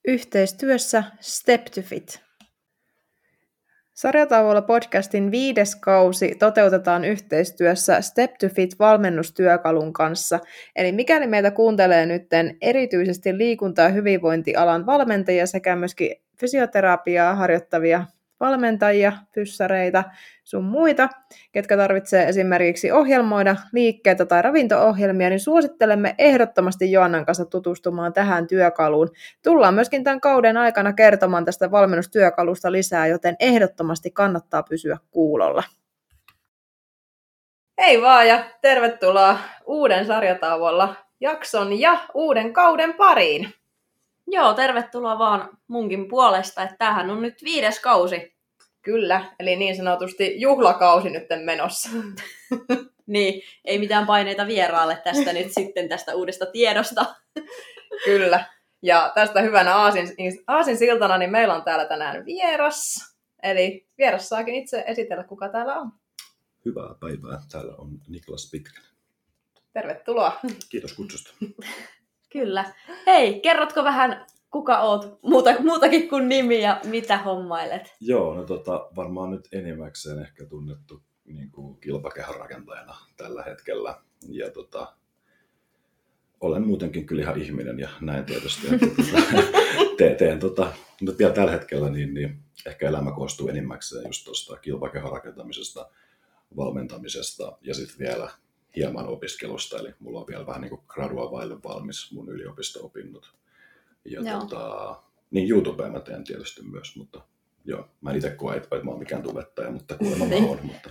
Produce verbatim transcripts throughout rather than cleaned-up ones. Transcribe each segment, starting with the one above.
Yhteistyössä Step to Fit. Sarjatauolla podcastin viides kausi toteutetaan yhteistyössä Step to Fit valmennustyökalun kanssa. Eli mikäli meitä kuuntelee nyt erityisesti liikunta- ja hyvinvointialan valmentajia sekä myöskin fysioterapiaa harjoittavia valmentajia, fyssareita, sun muita, ketkä tarvitsee esimerkiksi ohjelmoida liikkeitä tai ravinto-ohjelmia, niin suosittelemme ehdottomasti Joannan kanssa tutustumaan tähän työkaluun. Tullaan myöskin tämän kauden aikana kertomaan tästä valmennustyökalusta lisää, joten ehdottomasti kannattaa pysyä kuulolla. Hei vaan ja tervetuloa uuden sarjatauolla jakson ja uuden kauden pariin. Joo, tervetuloa vaan munkin puolesta, että tämähän on nyt viides kausi. Kyllä, eli niin sanotusti juhlakausi nyt menossa. Niin, ei mitään paineita vieraalle tästä nyt sitten tästä uudesta tiedosta. Kyllä, ja tästä hyvänä aasin, aasinsiltana, niin meillä on täällä tänään vieras. Eli vieras saakin itse esitellä, kuka täällä on. Hyvää päivää, täällä on Niklas Pitkänen. Tervetuloa. Kiitos kutsusta. Kyllä. Hei, kerrotko vähän, kuka oot, muuta, muutakin kuin nimi ja mitä hommailet? Joo, no tota, varmaan nyt enimmäkseen ehkä tunnettu niin kuin kilpakehärakentajana tällä hetkellä. Ja tota, olen muutenkin kyllä ihan ihminen ja näin tietysti. Että, tota, teen, teen tota, nyt vielä tällä hetkellä niin, niin ehkä elämä koostuu enimmäkseen just tuosta kilpakehärakentamisesta, valmentamisesta ja sitten vielä hieman opiskelusta, eli mulla on vielä vähän niin kuin gradua vaille valmis mun yliopisto-opinnot. Ja tota, niin YouTubea mä teen tietysti myös, mutta joo, mä en itse koe, että mä oon mikään tubettaja, mutta kuulemma mä oon. Mutta,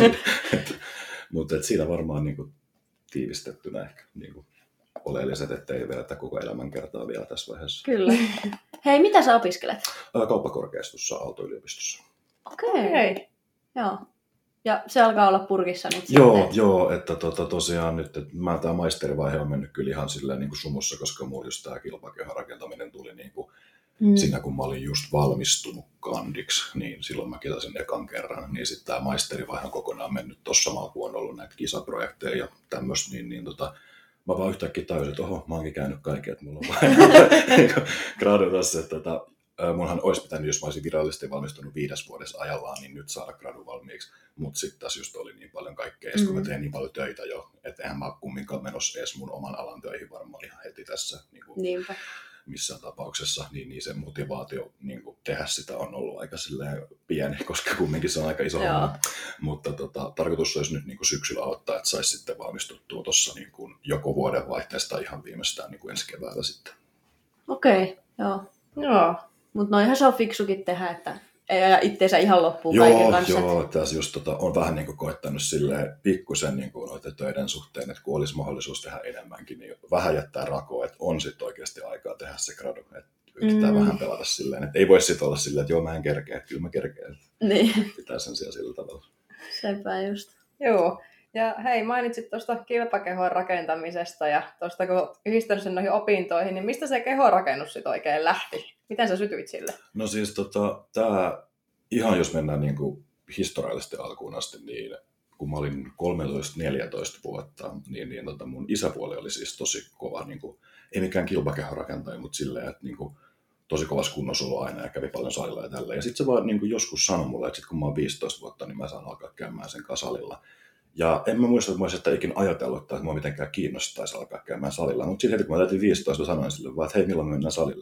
et, mutta et siinä varmaan niin kuin tiivistettynä ehkä niin kuin oleelliset, ettei vedetä koko elämän kertaa vielä tässä vaiheessa. Kyllä. Hei, mitä sä opiskelet? Kauppakorkeastossa Aalto-yliopistossa. Okei. Okay. Okay. Joo. Ja se alkaa olla purkissa nyt Joo, sitten. joo, että tota, tosiaan nyt, että mä tämä maisterivaihe on mennyt kyllä ihan silleen niin kuin sumussa, koska mulla just tämä kilpakehärakentaminen tuli niin kuin mm. siinä, kun mä olin just valmistunut kandiksi, niin silloin mä kisasin ekan kerran, niin sitten tämä maisterivaihe on kokonaan mennyt tuossa samalla, kun on ollut näitä kisaprojekteja ja tämmöistä, niin, niin tota, mä vaan yhtäkkiä tajusin, että oho, mä oonkin käynyt kaiken, että mulla on vain gradu tässä, että tota, munhan olisi pitänyt, jos mä olisin virallisesti valmistunut viides vuodessa ajallaan, niin nyt saada gradu valmiiksi. Mutta sitten tässä just oli niin paljon kaikkea, mm. kun mä tein niin paljon töitä jo, että eihän mä ole kumminkaan menossa edes mun oman alan töihin varmaan ihan heti tässä niin kuin missään tapauksessa. Niin, niin se motivaatio niin kuin tehdä sitä on ollut aika pieni, koska kumminkin se on aika iso homma. Mutta tota, tarkoitus olisi nyt niin kuin syksyllä aloittaa, että saisi sitten valmistuttua tuossa niin kuin joko vuoden vaihteesta ihan viimeistään niin kuin ensi keväällä sitten. Okei, okay, joo. joo. Mutta noihän se on fiksukin tehdä, että ei aja itseensä ihan loppuun joo, kaiken kanssa. Joo, tässä just tota, on vähän niin kuin koettanut silleen pikkusen niin kuin noiden töiden suhteen, että kun olisi mahdollisuus tehdä enemmänkin, niin vähän jättää rakoa, että on sitten oikeasti aikaa tehdä se gradu. Että yritetään mm. vähän pelata silleen, että ei voi sitten olla silleen, että joo mä en kerkeä, että kyllä mä kerkeen. Niin. Pitää sen siellä sillä tavalla. Sepä just. Joo. Ja hei, mainitsit tuosta kilpakehon rakentamisesta ja tuosta kun yhdistänyt sen noihin opintoihin, niin mistä se kehorakennus sitten oikein lähti? Miten sä sytyit sille? No siis tota, tää, ihan jos mennään niin kuin historiallisesti alkuun asti, niin kun mä olin kolmetoista neljätoista vuotta, niin, niin tota mun isäpuoli oli siis tosi kova, niin kuin, ei mikään kilpakehorakentaja, mutta silleen, että niin kuin, tosi kovassa kunnossa ollut aina ja kävi paljon salilla ja tälleen. Ja sitten se vaan niin kuin joskus sanoi mulle, että sit kun mä oon viisitoista vuotta, niin mä saan alkaa käymään sen kanssa salilla. Ja en mä muista, että mä olisin sitä ikinä ajatellut, että mua mitenkään kiinnostaisi alkaa käymään salilla. Mutta sitten heti kun mä täytin viisitoista, mä sanoin sille vaan, että hei, milloin me mennään salille?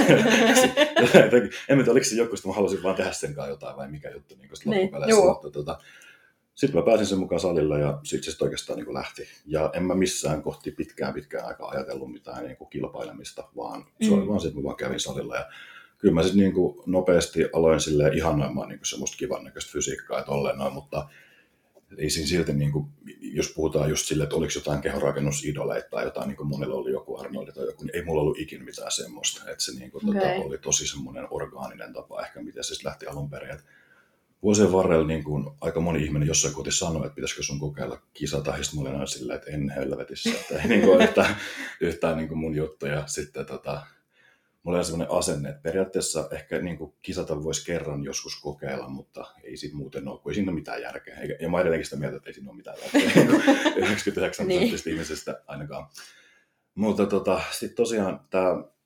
En tiedä, oliko se joku, että mä halusin vaan tehdä sen kanssa jotain vai mikä juttu niin loppupeleissä. Mutta tota, sitten mä pääsin sen mukaan salille ja sitten se oikeastaan niin lähti. Ja en mä missään kohti pitkään pitkään aikaa ajatellut mitään niin kuin kilpailemista, vaan mm. se oli vaan se, että mä vaan kävin salilla. Ja kyllä mä sitten niin nopeasti aloin silleen ihannoimaan niin semmoista kivan näköistä fysiikkaa ja tolleen noin, mutta ei siinä silti, niin kuin, jos puhutaan just silleen, että oliko jotain kehorakennusidoleita tai jotain, niin kuin monella oli joku Arnoldi tai joku, niin ei mulla ollut ikinä mitään semmoista. Että se niin kuin, okay. tota, oli tosi semmoinen orgaaninen tapa ehkä, miten se lähti alun perin. Et vuosien varrella niin kuin, aika moni ihminen jossain kohti sanoi, että pitäisikö sun kokeilla kisata, ja sitten mä olin aina silleen, että en helvetissä, että ei niin kuin, yhtään, yhtään niin kuin mun juttu. Ja sitten tota, mulla oli sellainen asenne, että periaatteessa ehkä niin kuin kisata voisi kerran joskus kokeilla, mutta ei siitä muuten ole, kun ei siinä ole mitään järkeä. Ja mä edelleenkin sitä mieltä, että ei siinä ole mitään järkeä, yhdeksänkymmentäyhdeksän prosenttia ihmisistä ainakaan. Mutta tota, sitten tosiaan tämä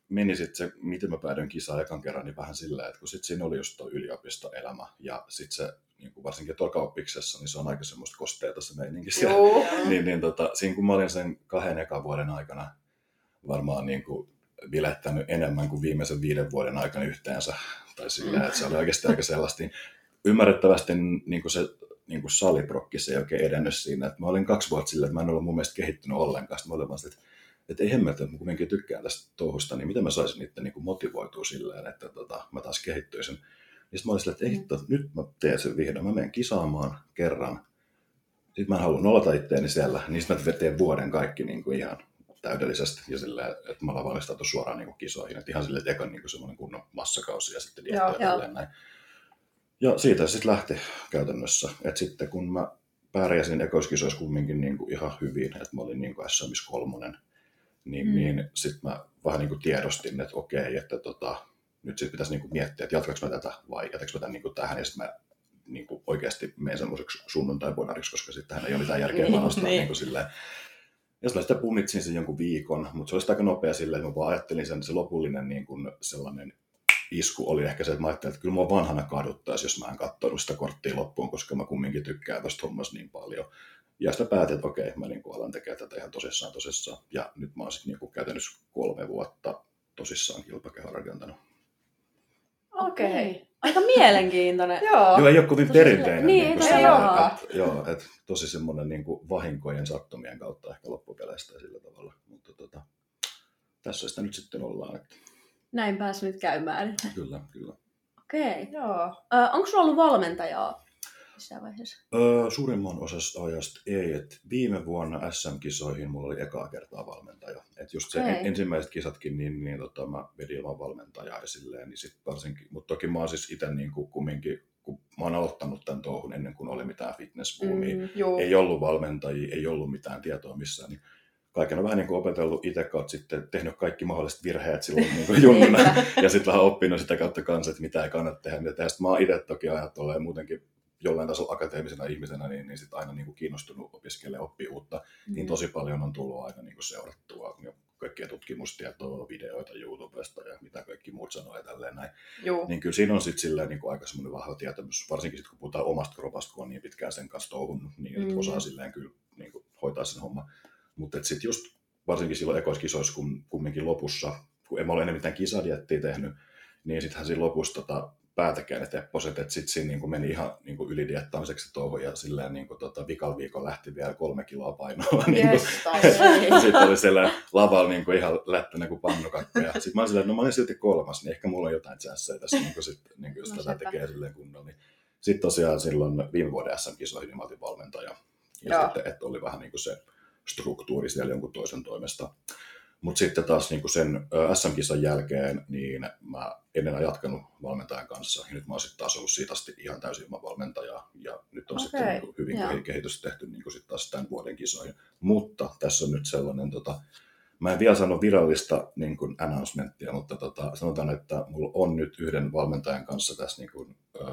meni sitten se, miten mä päädyin kisaan ekan kerran, niin vähän silleen, että kun sitten siinä oli just tuo yliopistoelämä ja sitten se, niin kuin varsinkin tokaoppiksessa, niin se on aika semmoista kosteeta se meininki siellä. niin, niin tota, siinä kun mä olin sen kahden ekan vuoden aikana varmaan niin kuin bilettänyt enemmän kuin viimeisen viiden vuoden aikana yhteensä, tai silleen, mm. että se oli oikeasti aika sellaista, niin ymmärrettävästi niin kuin se niin kuin saliprokki se ei oikein edennyt siinä, että mä olin kaksi vuotta silleen, että mä en ollut mun mielestä kehittynyt ollenkaan, sitten mä olin vaan sitä, että että ei hemmetä, että mä kuitenkin tykkään tästä touhusta, niin miten mä saisin niitä niin kuin motivoitua silleen, että tota, mä taas kehittyisin. Ja sitten mä olin silleen, että ei hitto, nyt mä teen sen vihdoin, mä menen kisaamaan kerran. Sitten mä en halua nolata itteeni siellä, niin sitten mä teen vuoden kaikki niin kuin ihan täydellisesti. Ja silleen, että mä ollaan valmistautu suoraan niin kuin kisoihin. Että ihan silleen, että ekan niin kuin semmoinen kunnon massakausi ja sitten diettoja ja tälleen näin. Ja siitä se sitten lähti käytännössä. Että sitten kun mä pärjäsin ekoiskisoissa kumminkin niin kuin ihan hyvin, että mä olin niin kuin S M S kolmonen, Niin, mm. niin sitten mä vähän niin kuin tiedostin, että okei, että tota, nyt sitten pitäisi niin kuin miettiä, että jatkanko mä tätä vai jätänkö mä tämän niin kuin tähän, ja sitten mä niin kuin oikeasti menen semmoiseksi sunnuntai-bonariksi, koska sittenhän ei ole mitään järkeä panostaa niin kuin silleen. Ja sitten punnitsin sen jonkun viikon, mutta se oli aika nopea silleen, että mä vaan ajattelin sen, se lopullinen niin kuin sellainen isku oli ehkä se, että mä ajattelin, että kyllä mua vanhana kaduttaisi, jos mä en katsonut sitä korttia loppuun, koska mä kumminkin tykkään tästä hommasta niin paljon. Ja sitten päätin, että okei, mä niin kuin alan tekemään tätä ihan tosissaan tosissaan. Ja nyt mä oon sitten niin käytännössä kolme vuotta tosissaan kilpakehon rakentanut. Okei. Okay. Aika mielenkiintoinen. Joo. Joo, ei ole kovin perinteinen. Niin, niin ei ole. Et, joo, et tosi semmoinen niin kuin vahinkojen sattumien kautta ehkä loppupeleistä ja sillä tavalla. Mutta tota, tässä sitä nyt sitten ollaan. Että... Näin pääsi nyt käymään. Kyllä, kyllä. Okei. Okay. Joo. Ö, onko sulla ollut valmentajaa missään vaiheessa? Öö, suurimman osasta ajasta ei. Et viime vuonna S M-kisoihin mulla oli ekaa kertaa valmentaja. Et just se okay. en, ensimmäiset kisatkin, niin, niin tota, mä vedin ilman valmentajaa esilleen. Niin sit varsinkin, mutta toki mä oon siis itse niin kuin kumminkin, kun mä oon aloittanut tämän touhun ennen kuin oli mitään fitnessboomia. Mm, ei ollut valmentajia, ei ollut mitään tietoa missään. Niin kaiken on vähän niin kuin opetellut itse kautta sitten, tehnyt kaikki mahdolliset virheet silloin niin kuin junnuna. ja sitten vähän oppinut sitä kautta kanssa, että mitä ei kannata tehdä. Ja sitten mä oon itse toki ajatellut muutenkin jollain tasolla akateemisena ihmisenä, niin, niin sit aina niin kuin kiinnostunut opiskelemaan oppia uutta, mm. niin tosi paljon on tullut aina niin kuin seurattua kaikkia tutkimustietoa, videoita YouTubesta ja mitä kaikki muut sanoo ja tälleen näin. Joo. Niin kyllä siinä on sitten silleen niin kuin aika semmoinen vahva tietämys, varsinkin sitten kun puhutaan omasta kropasta, kun on niin pitkään sen kanssa touhunut, niin mm. osaa silleen kyllä niin kuin hoitaa sen homma. Mutta sitten just varsinkin silloin ekoiskisoissa, kun kumminkin lopussa, kun en mä ole enää mitään kisadiettiä tehnyt, niin sittenhän siinä lopussa tota, päätäkään ne tepposet, että sitten siinä niin meni ihan niin ylidiettaamiseksi touhu ja silleen niin kuin, tota, vikalla viikolla lähti vielä kolme kiloa painoa. Yes, niin sitten oli siellä lavalla niin kuin, ihan lättänä kuin pannukakka. Ja sitten mä olin silleen, että no mä olin silti kolmas, niin ehkä mulla on jotain chanceja tässä, niin kuin, sit, niin kuin, jos no, tätä tekee silleen kunnolla. Niin. Sitten tosiaan silloin viime vuoden S M-kisoihin niin mä olin valmentaja. Ja Joo. sitten, että oli vähän niin kuin se struktuuri siellä jonkun toisen toimesta. Mutta sitten taas niin sen S M-kisan jälkeen, niin mä en enää jatkanut valmentajan kanssa. Ja nyt mä oon sitten taas ollut siitä asti ihan täysin ilman valmentajaa. Ja nyt on okay. sitten niin hyvin Joo. kehitystä tehty niin sitten taas tämän vuoden kisoihin. Mutta tässä on nyt sellainen, tota, mä en vielä sano virallista niin kuin announcementtia, mutta tota, sanotaan, että mulla on nyt yhden valmentajan kanssa tässä niin kuin, öö,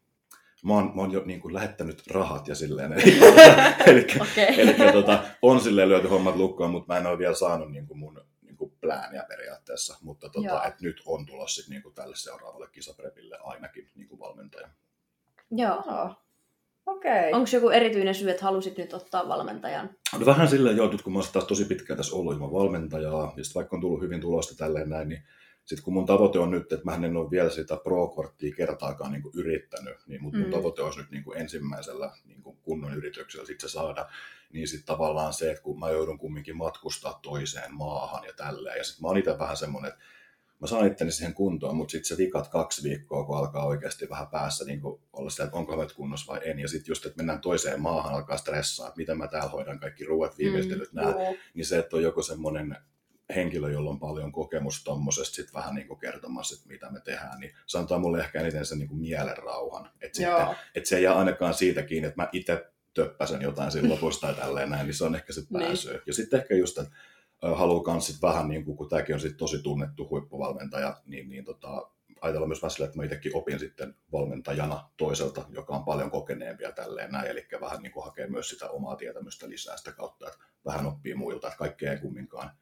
Mä oon, mä oon jo niin kuin lähettänyt rahat ja silleen, eli, okay. eli tota, on silleen lyöty hommat lukkoon, mutta mä en ole vielä saanut niin kuin mun niin kuin plääniä periaatteessa, mutta tota, et nyt on tulossa sit, niin kuin tälle seuraavalle kisaprepille ainakin niin kuin valmentaja. Joo. Oh. Okay. Onko joku erityinen syy, että halusit nyt ottaa valmentajan? No vähän silleen joo, kun mä oon taas tosi pitkään tässä ollut ilman valmentajaa, ja vaikka on tullut hyvin tulosta tälleen näin, niin sitten kun mun tavoite on nyt, että mä en ole vielä sitä pro-korttia kertaakaan niin kuin yrittänyt, niin mun, mm. mun tavoite olisi nyt niin kuin ensimmäisellä niin kuin kunnon yrityksellä sit se saada, niin sitten tavallaan se, että kun mä joudun kumminkin matkustaa toiseen maahan ja tälleen, ja sitten mä oon itse vähän semmoinen, että mä saan itteni siihen kuntoon, mutta sitten se vikat kaksi viikkoa, kun alkaa oikeasti vähän päässä niin kuin olla sitä, että onko hyvät kunnossa vai en, ja sitten just, että mennään toiseen maahan, alkaa stressaa, että miten mä täällä hoidan kaikki ruuat, viimeistelyt, mm. nää, niin se, että on joku semmoinen henkilö, jolla on paljon kokemusta tommosesta sit vähän niin kuin kertomassa, että mitä me tehdään, niin se antaa mulle ehkä eniten sen niin kuin mielenrauhan. Että et se ei jää ainakaan siitä kiinni, että mä itse töppäsen jotain siinä lopussa tai tälleen näin, niin se on ehkä se pääsy. Niin. Ja sitten ehkä just, että haluaa kans sit vähän, niin kuin, kun tämäkin on sit tosi tunnettu huippuvalmentaja, niin, niin tota, ajatella myös vähän sillä, että mä itsekin opin sitten valmentajana toiselta, joka on paljon kokeneempi ja tälleen näin, eli vähän niin kuin hakee myös sitä omaa tietämystä lisää sitä kautta, että vähän oppii muilta, että kaikkea ei kumminkaan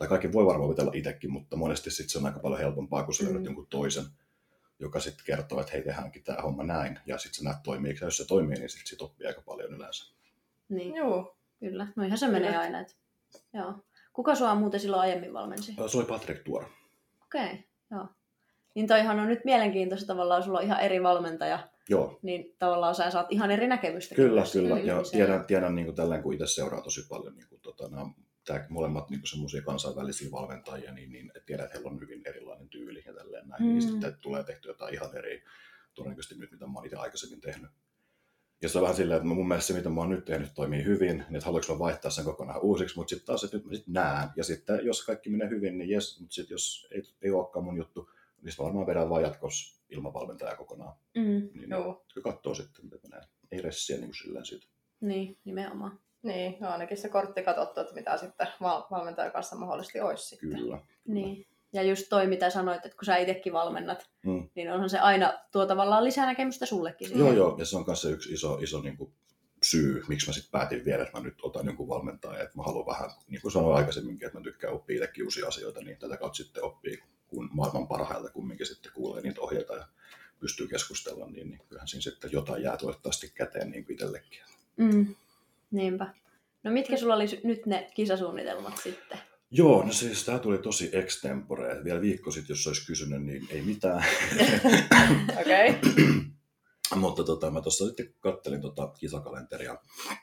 tai kaikki voi varmaan opetella itsekin, mutta monesti sit se on aika paljon helpompaa, kun sä löydät mm. jonkun toisen, joka sitten kertoo, että hei, tehdäänkin tämä homma näin, ja sitten sä näet toimii, ja jos se toimii, niin sitten sit oppii aika paljon yleensä. Niin, joo, kyllä. No ihan se kyllä. menee aina. Että... Joo. Kuka sua muuten silloin aiemmin valmensi? Se oli Patrick Tuora. Okei, okay, joo. Niin toihan on nyt mielenkiintoista tavallaan, sulla on ihan eri valmentaja. Joo. Niin tavallaan sä saat ihan eri näkemystä. Kyllä, kyllä. Ja niin tiedän, tiedän niin kuin tällään, kun itse seuraa tosi paljon niin kuin, tota, nämä, tämä, molemmat niin semmoisia kansainvälisiä valmentajia, niin, niin tiedän, että heillä on hyvin erilainen tyyli ja tälleen näin. Mm. Niin sitten tulee tehty jotain ihan eri, todennäköisesti nyt, mitä mä oon itse aikaisemmin tehnyt. Ja se on vähän silleen, että mun mielestä se, mitä mä oon nyt tehnyt, toimii hyvin, niin että haluanko mä vaihtaa sen kokonaan uusiksi, mutta sitten taas, että nyt mä sitten näen. Ja sitten jos kaikki menee hyvin, niin jes, mutta sitten jos ei, ei olekaan mun juttu, niin sitten varmaan vedään vaan jatkossa ilman valmentajaa kokonaan. Mm, niin joo. Katsoo sitten, mitä menee. Ei ressiä niin kuin silleen siitä. Niin, nimenomaan. Niin, no ainakin se kortti katsottu, että mitä sitten val- valmentajan kanssa mahdollisesti olisi sitten. Kyllä. Niin. Ja just toi, mitä sanoit, että kun sä itsekin valmennat, mm. niin onhan se aina tuo tavallaan lisänäkemystä sullekin. Siihen. Joo, joo. Ja se on myös yksi iso, iso niin kuin syy, miksi mä sitten päätin vielä, että mä nyt otan jonkun valmentajan. Että mä haluan vähän, niin kuin sanoin aikaisemminkin, että mä tykkään oppia itsekin uusia asioita, niin tätä kautta sitten oppii, kun maailman parhailta kumminkin sitten kuulee niitä ohjeita ja pystyy keskustella, niin, niin kyllähän siinä sitten jotain jää toivottavasti käteen niin kuin itsellekin. Mm. Niinpä. No mitkä sulla oli nyt ne kisasuunnitelmat sitten? Joo, no siis tämä tuli tosi extempore. Vielä viikko sitten, jos olisi kysynyt, niin ei mitään. Okei. Okay. Mutta tota, mä tuossa sitten kattelin tota kisakalenteria.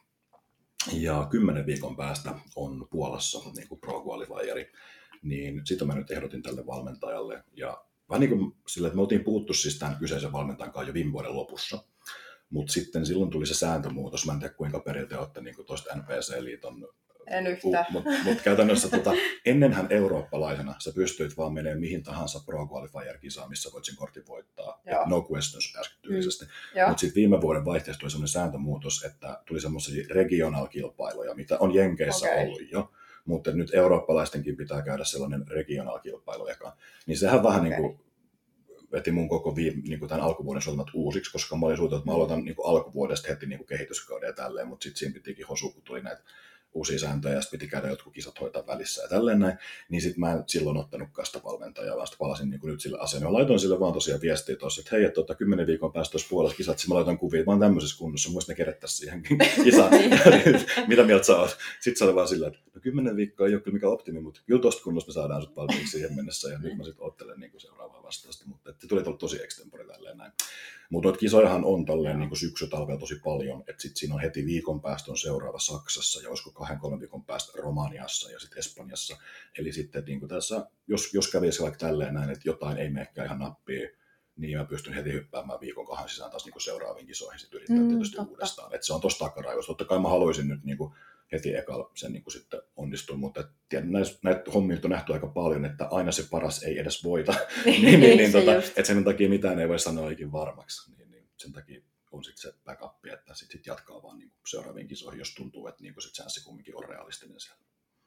Ja kymmenen viikon päästä on Puolassa niin kuin Pro Qualifieri. Niin sitä mä nyt ehdotin tälle valmentajalle. Ja vähän niin kuin sillä, että me oltiin puhuttu siis tämän kyseisen valmentajan kanssa jo viime vuoden lopussa. Mutta sitten silloin tuli se sääntömuutos. Mä en tiedä kuinka periltä olette niin tuosta N P C-liiton. En yhtään. Mutta mut käytännössä tota, ennenhän eurooppalaisena sä pystyit vaan menemään mihin tahansa Pro Qualifier-kisaan, missä voit sen kortin voittaa. No questions asked tyylisesti. Mm. Mutta sitten viime vuoden vaihteessa tuli sellainen sääntömuutos, että tuli semmoisia regional-kilpailuja, mitä on Jenkeissä okay. ollut jo. Mutta nyt eurooppalaistenkin pitää käydä sellainen regional-kilpailu eka. Niin sehän vähän okay. niin kuin veti mun koko viime, niin kuin tämän alkuvuoden suunnitelmat uusiksi, koska mä olin suunnitellut, että mä aloitan niin kuin alkuvuodesta heti niin kuin kehityskauden ja tälleen, mutta sitten siinä pitikin hosua, kun tuli näitä uusia sääntöjä ja sitten piti käydä jotkut kisat hoitaa välissä ja tälleen näin, niin sitten mä en silloin ottanutkaan sitä valmentajaa, vaan sitten palasin niin kuin nyt sille asiaan. Ja laitoin sille vaan tosiaan viestiä tuossa, että hei, että tuota, kymmenen viikon päästä tuossa Puolassa kisat, sitten mä laitoin kuvia, vaan tämmöisessä kunnossa, muista ne kerättäisiin siihen kisaan. Mitä mieltä sä oot? Sitten se oli vaan sillä, että no kymmenen viikkoa ei ole kyllä mikään optimi, mutta kyllä tuosta kunnossa me saadaan sut valmiiksi siihen mennessä, ja nyt mä sitten ottelen niin kuin seuraavaa vastausta, mutta se tuli tosi extempore tälleen näin. Mutta noita kisojahan on tälleen niin kuin syksytalvella tosi paljon, että sitten siinä on heti viikon päästä on seuraava Saksassa, ja olisiko kahden kolmen viikon päästä Romaniassa ja sitten Espanjassa. Eli sitten niin kuin tässä, jos, jos kävisi vaikka tälleen näin, että jotain ei menekään ihan nappiin, niin mä pystyn heti hyppäämään viikon kahden sisään taas niin kuin seuraaviin kisoihin sitten yrittää mm, tietysti totta. uudestaan. Että se on tossa takaraivossa. Totta kai mä haluaisin nyt niin kuin heti ekalla sen niin kuin sitten onnistua, mutta tiedän, näitä, näitä hommia on nähty aika paljon, että aina se paras ei edes voita. niin, niin, niin, tota, että sen takia mitään ei voi sanoa ikin varmaksi. Niin, niin, sen takia on sitten se backup, että sitten sit jatkaa vaan niin kuin seuraaviin kisoihin, jos tuntuu, että niin se chanssi kumminkin on realistinen siellä.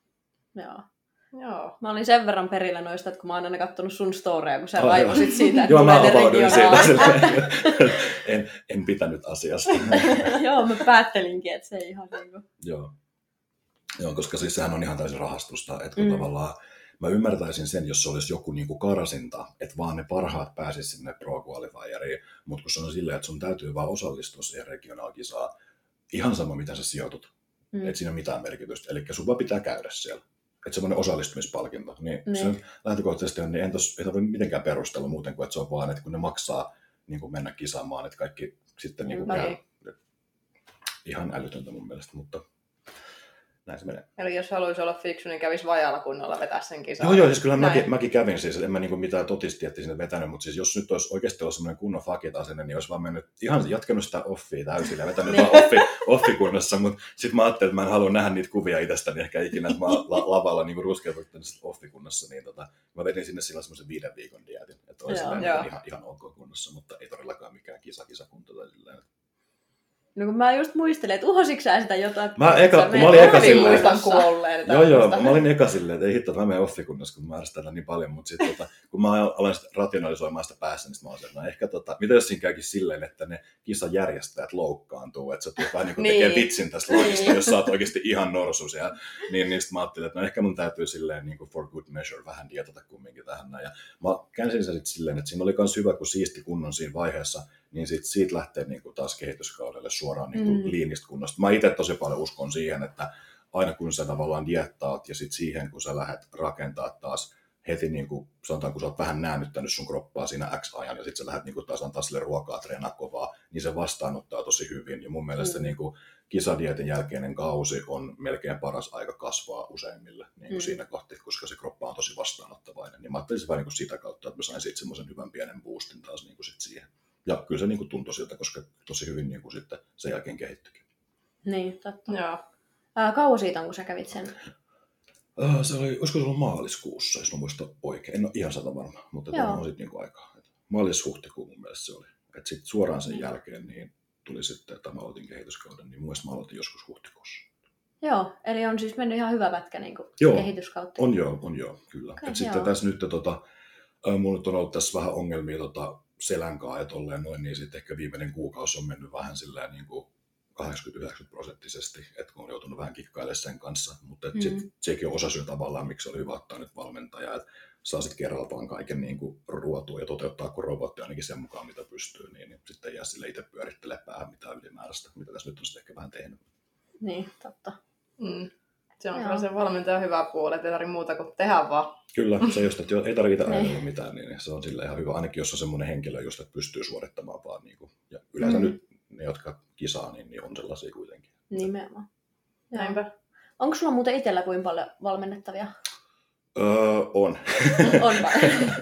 Joo. Joo. Mä olin sen verran perillä noista, että kun mä oon aina kattonut sun storeja, kun sä raivosit siitä, että tulee ne regionaalit. en, en pitänyt asiasta. Joo, mä päättelinkin, että se ei ihan niin kuin. Joo. Joo, koska siis sehän on ihan täysin rahastusta, että kun mm. tavallaan mä ymmärtäisin sen, jos se olisi joku niin kuin karsinta, että vaan ne parhaat pääsisi sinne Pro Qualifieriin, mutta kun se on silleen, että sun täytyy vaan osallistua siihen regionaalkisaan, ihan sama mitä sä sijoitut, mm. et siinä ole mitään merkitystä, eli sun vaan pitää käydä siellä. Että semmoinen osallistumispalkinto, niin ne. Se lähtökohtaisesti on, niin en tos, ei voi mitenkään perustella muuten kuin, että se on vaan, että kun ne maksaa niin kuin mennä kisaamaan, että kaikki sitten niin kuin ihan, ihan älytöntä mun mielestä, mutta näin se menee. Eli jos haluaisi olla fiksu, niin kävisi vajaalla kunnolla vetää sen kisan. Joo, joo, siis kyllähän mäkin, mäkin kävin siis, en mä niin kuin mitään totistietti sinne vetänyt, mutta siis jos nyt olisi oikeasti ollut semmoinen kunnon fakit-asenne, niin olisi vaan mennyt ihan jatkanut sitä offia täysin ja vetänyt vaan offi, offikunnossa, mutta sitten mä ajattelin, että mä en halua nähdä niitä kuvia itsestäni ehkä ikinä, että mä la, lavalla niin ruskeutunut offikunnossa, niin tota, mä vedin sinne sillä semmoisen viiden viikon dietin, että olisi ihan, ihan ok kunnossa, mutta ei todellakaan mikään kisa-kisakunta tai silleen. No kun mä just muistelin, että uhositko sä sitä jotain? Mä, eka, kun mä olin eka silleen. Muistan kuolleen. Joo, joo, mä olin eka silleen, että ei hitto, mä menen offikunnassa, kun mä ärsytän niin paljon, mutta sitten tota, kun mä aloin rationalisoimaan sitä päässä, niin sit mä olin silleen, no ehkä tota, mitä jos siinä käykin silleen, että ne kisan järjestäjät loukkaantuu, että sä tulet vähän niin kuin tekee vitsin tästä logista, jos sä oot oikeasti ihan norsu siellä, niin niistä mä ajattelin, että no ehkä mun täytyy silleen niin kuin for good measure vähän dietata kumminkin tähän näin. Ja mä käänsin sen sitten silleen, että siinä oli myös hyvä, kun siisti kunnon siinä vaiheessa, niin sit siitä lähtee niin kuin taas kehityskaudelle suoraan niin kuin mm. liinistä kunnosta. Mä itse tosi paljon uskon siihen, että aina kun sä tavallaan diettaat ja sit siihen, kun sä lähdet rakentaa taas heti, niin kuin, sanotaan, kun sä oot vähän näännyttänyt sun kroppaa siinä X-ajan ja sit sä lähdet niin kuin taas antaa sille ruokaa, treenaa kovaa, niin se vastaanottaa tosi hyvin. Ja mun mielestä mm. niin kuin kisadietin jälkeinen kausi on melkein paras aika kasvaa useimmille niin kuin mm. siinä kohti, koska se kroppa on tosi vastaanottavainen. Niin mä ajattelin vähän niin kuin sitä kautta, että mä sain siitä semmoisen hyvän pienen boostin taas niin kuin sit siihen. Ja kyllä se niin kuin tuntui siltä, koska tosi hyvin niin kuin sitten sen jälkeen kehittyikin. Niin, totta. Joo. Ää, kauan siitä on, kun sä kävit sen? Äh, se oli, olisiko se ollut maaliskuussa, jos mä muistan oikein. En ole ihan sata varma, mutta tämä on sitten niin aikaa. Maalis-huhtikuun mun mielestä se oli. Että sitten suoraan sen jälkeen niin tuli sitten, että mä aloitin kehityskauden, niin mun mielestä mä aloitin joskus huhtikuussa. Joo, eli on siis mennyt ihan hyvä pätkä niin kuin kehityskautta. On joo, on joo, kyllä. Okay, sitten tässä nyt, tota, äh, mulla nyt on ollut tässä vähän ongelmia tota, selänkaa ja tolleen noin, niin sitten ehkä viimeinen kuukausi on mennyt vähän silleen niin kuin kahdeksankymmentä yhdeksänkymmentä prosenttisesti, että kun on joutunut vähän kikkailemaan sen kanssa, mutta mm. sitten sekin on osa syy tavallaan, miksi oli hyvä ottaa nyt valmentaja, että saa sitten kerraltaan kaiken niin kuin ruotua ja toteuttaa kuin robotti ainakin sen mukaan, mitä pystyy, niin, niin sitten jää sille itse pyörittelemään päähän mitään ylimääräistä, mitä tässä nyt on sitten ehkä vähän tehnyt. Niin, totta. Mm. Se on kyllä se valmentajan hyvä puoli, että ei tarvitse muuta kuin tehdä vaan. Kyllä, se just, että ei tarvitse ajatella mitään, niin se on sille ihan hyvä, ainakin jos on semmoinen henkilö, just, että pystyy suorittamaan vaan. Niin kuin, ja yleensä mm. nyt ne, jotka kisaa, niin, niin on sellaisia kuitenkin. Nimenomaan. Näinpä. Onko sulla muuten itsellä kuin paljon valmennettavia? Öö, on. On vai?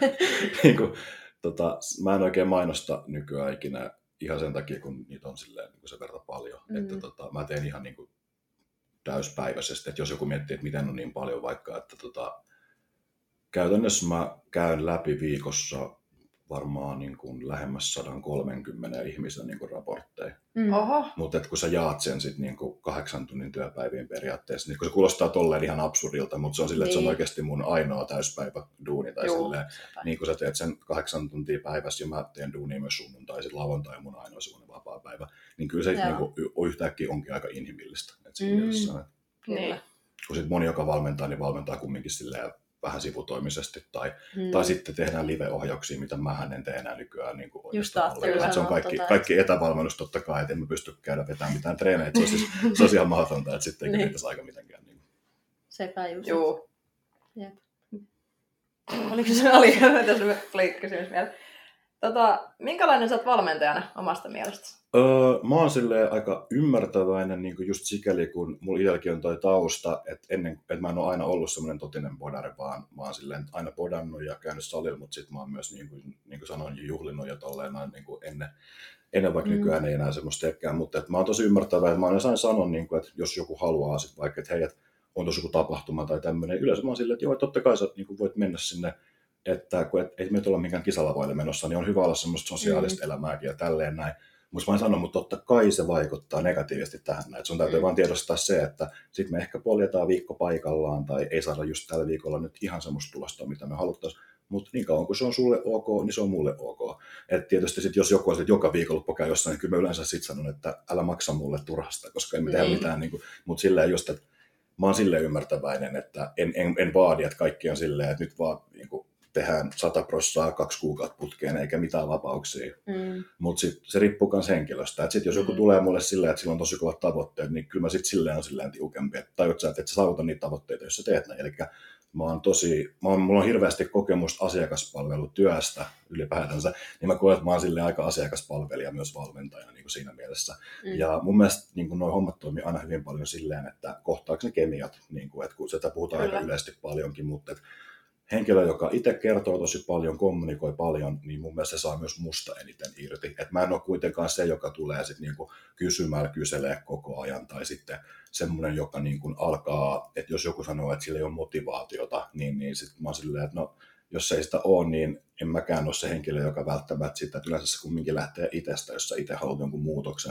niin kuin, tota, mä en oikein mainosta nykyään ikinä ihan sen takia, kun niitä on silleen, niin kuin se verta paljon. Mm. Että, tota, mä teen ihan niin kuin täyspäiväisesti, että jos joku miettii, että miten on niin paljon vaikka, että tota, käytännössä mä käyn läpi viikossa varmaan niin kuin lähemmäs sata kolmekymmentä ihmisen niin kuin raportteja. Mm. Mutta kun sä jaat sen sit niin kuin kahdeksan tunnin työpäivien periaatteessa, niin kun se kuulostaa tolleen ihan absurdilta, mutta se on silleen, niin. että se on oikeasti mun ainoa täyspäivä duuni. Tai silleen, niin kun sä teet sen kahdeksan tuntia päivässä ja mä teen duunia myös sunnuntai, sit lauantai on mun ainoa semmoinen vapaa päivä, niin kyllä se niin kuin, yhtäkkiä onkin aika inhimillistä. Et siinä mm. mielessä, niin. Kun sit moni, joka valmentaa, niin valmentaa kumminkin silleen vähän sivutoimisesti, tai, mm. tai sitten tehdään live-ohjauksia, mitä mä en tee enää nykyään. Niin kuin Just taas, se on kaikki, tota, kaikki etävalmennus totta kai, että en mä pysty käydä vetämään mitään treenejä, se on siis se on ihan mahdotonta, että sitten ei niin. Riittäisi aika mitenkään. Niin. Sepä just. Joo. Jep. Oliko se oli tässä kysymys vielä? Tota, minkälainen sä oot valmentajana omasta mielestäsi? Öö, mä oon silleen aika ymmärtäväinen niin just sikäli, kun mulla itselläkin on toi tausta, että, ennen, että mä en ole aina ollut semmoinen totinen bodari, vaan mä oon silleen aina bodannut ja käynyt salilla, mutta sit mä oon myös, niin kuin, niin kuin sanoin, juhlinut ja tolleen niin kuin ennen, ennen vaikka mm. nykyään ei enää semmoista teekään, mutta että mä oon tosi ymmärtävä, että mä aina sain sanoa, niin kuin, että jos joku haluaa sit vaikka, että hei, että on tosi joku tapahtuma tai tämmöinen, yleensä mä oon silleen, että joo, että totta kai sä niin kuin voit mennä sinne, että kun et, ei meitä olla minkään kisalavoille menossa, niin on hyvä olla semmoista sosiaalista mm. elämääkin ja tälleen näin. Mutta mä en sano, mutta totta kai se vaikuttaa negatiivisesti tähän. Et sun täytyy mm. vaan tiedostaa se, että sitten me ehkä poljetaan viikko paikallaan tai ei saada just tällä viikolla nyt ihan semmoista tulosta, mitä me haluttaisiin. Mutta niin kauan kun se on sulle ok, niin se on mulle ok. Et tietysti sit, jos joku on sit joka viikonloppu käy jossain, niin kyllä mä yleensä sit sanon, että älä maksa mulle turhasta, koska en tehdä mm. mitään. Niin mutta silleen just, että mä oon silleen ymmärtäväinen, että en, en, en vaadi, että kaikki on silleen, että nyt vaan niin kuin, tehdään sata prossaa kaksi kuukautta putkeen eikä mitään vapauksia. Mm. Mutta se riippuu myös henkilöstä. Et sit, jos joku mm. tulee mulle silleen, että sillä on tosi kovat tavoitteet, niin kyllä mä sitten silleen on silleen tiukempi. Että tajut sä, että et sä saavuta niitä tavoitteita, jos sä teet näin. Eli mä oon tosi, mä oon, mulla on hirveästi kokemusta asiakaspalvelutyöstä ylipäätänsä, niin mä koen, että mä oon silleen aika asiakaspalvelija myös valmentajana niin kuin siinä mielessä. Mm. Ja mun mielestä niin nuo hommat toimii aina hyvin paljon silleen, että kohtaako ne kemiat, niin kuin, että kun sitä puhutaan kyllä. aika yleisesti paljonkin, mutta että henkilö, joka itse kertoo tosi paljon, kommunikoi paljon, niin mun mielestä se saa myös musta eniten irti. Et mä en ole kuitenkaan se, joka tulee sit niinku kysymään, kyselee koko ajan, tai sitten semmoinen, joka niinku alkaa, että jos joku sanoo, että sillä ei ole motivaatiota, niin, niin sitten mä oon silleen, että no, jos ei sitä ole, niin en mäkään ole se henkilö, joka välttämättä sitä, että yleensä se kumminkin lähtee itsestä, jos sä itse haluat jonkun muutoksen.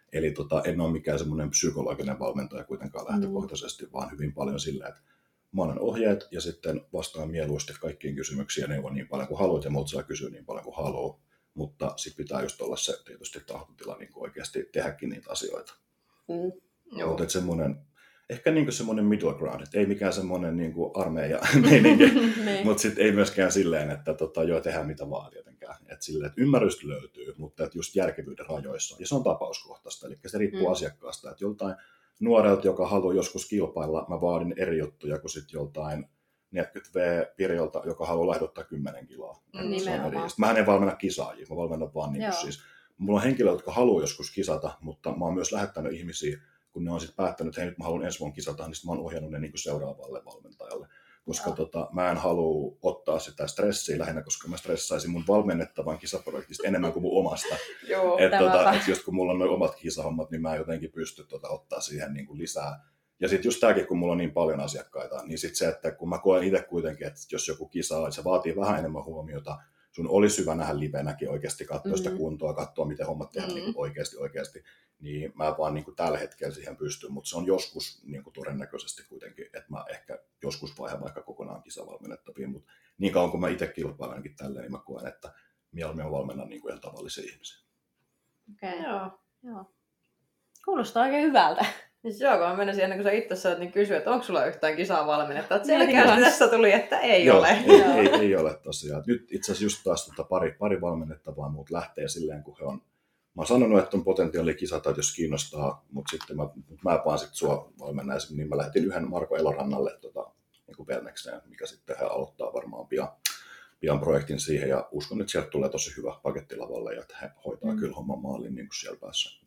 Eli tota, en ole mikään semmoinen psykologinen valmentaja kuitenkaan lähtökohtaisesti, mm. vaan hyvin paljon sillä, että mä annan ohjeet ja sitten vastaan mieluusti kaikkiin kysymyksiin ja neuvon niin paljon kuin haluat ja multa saa kysyä niin paljon kuin haluaa. Mutta sitten pitää just olla se tietysti tahtotila niin oikeasti tehdäkin niitä asioita. Mm. Mutta semmoinen, ehkä niin semmoinen middle ground, että ei mikään semmoinen niin armeija meininki, mutta sitten ei myöskään silleen, että tota, joo, tehdään mitä vaan tietenkään. Että silleen, että ymmärrystä löytyy, mutta että just järkevyyden rajoissa. Ja se on tapauskohtaista, eli se riippuu mm. asiakkaasta, että joltain nuorelta, joka haluaa joskus kilpailla, mä vaadin eri juttuja kuin sitten joltain neljäkymmentä vuotiaalta, joka haluaa laihduttaa kymmenen kiloa. Mä en valmenna kisaajia, mä valmennan vaan niin siis. Mulla on henkilöitä, jotka haluaa joskus kisata, mutta mä oon myös lähettänyt ihmisiä, kun ne on sitten päättänyt, että hei, nyt mä haluan ensi vuonna kisata, niin sitten mä oon ohjannut ne niin kuin seuraavalle valmentajalle. Koska tota, mä en halua ottaa sitä stressiä lähinnä, koska mä stressaisin mun valmennettavan kisaprojektista enemmän kuin mun omasta. Että tota, et just kun mulla on noin omat kisahommat, niin mä en jotenkin pysty tota, ottaa siihen niin kuin lisää. Ja sitten just tämäkin, kun mulla on niin paljon asiakkaita, niin sitten se, että kun mä koen itse kuitenkin, että jos joku kisaa, että se vaatii vähän enemmän huomiota, sun olisi hyvä nähdä livenäkin oikeasti, katsoa mm-hmm. sitä kuntoa, katsoa miten hommat tehdään mm-hmm. niin oikeasti, oikeasti, niin mä vaan niin kuin tällä hetkellä siihen pystyn, mutta se on joskus niin kuin todennäköisesti kuitenkin, että mä ehkä joskus vaihan vaikka kokonaan kisavalmennettaviin, mutta niin kauan kun mä itse kilpailenkin tälleen, niin mä koen, että mieluummin on valmenna niin kuin ihan tavallisia ihmisiä. Okei, okay. joo, joo. Kuulostaa oikein hyvältä. Siis joo, kun mä menisin ennen kuin sä itse saat, niin kysyä, että onko sulla yhtään kisaa valmennetta. Että selkeästi tässä tuli, että ei joo, ole. Ei, ei, ei ole tosiaan. Nyt itse asiassa just taas tota pari, pari valmennettavaa muut lähtee silleen, kun he on... Mä oon sanonut, että on potentiaali kisata, jos kiinnostaa, mutta sitten mä, mä vaan sit sua valmennan, niin mä lähetin yhden Marko Elorannalle tota, niin Velnekseen, mikä sitten he aloittaa varmaan pian, pian projektin siihen, ja uskon, että sieltä tulee tosi hyvä paketti lavalle, ja että he hoitaa mm. kyllä homman maalin niin kuin siellä päässä.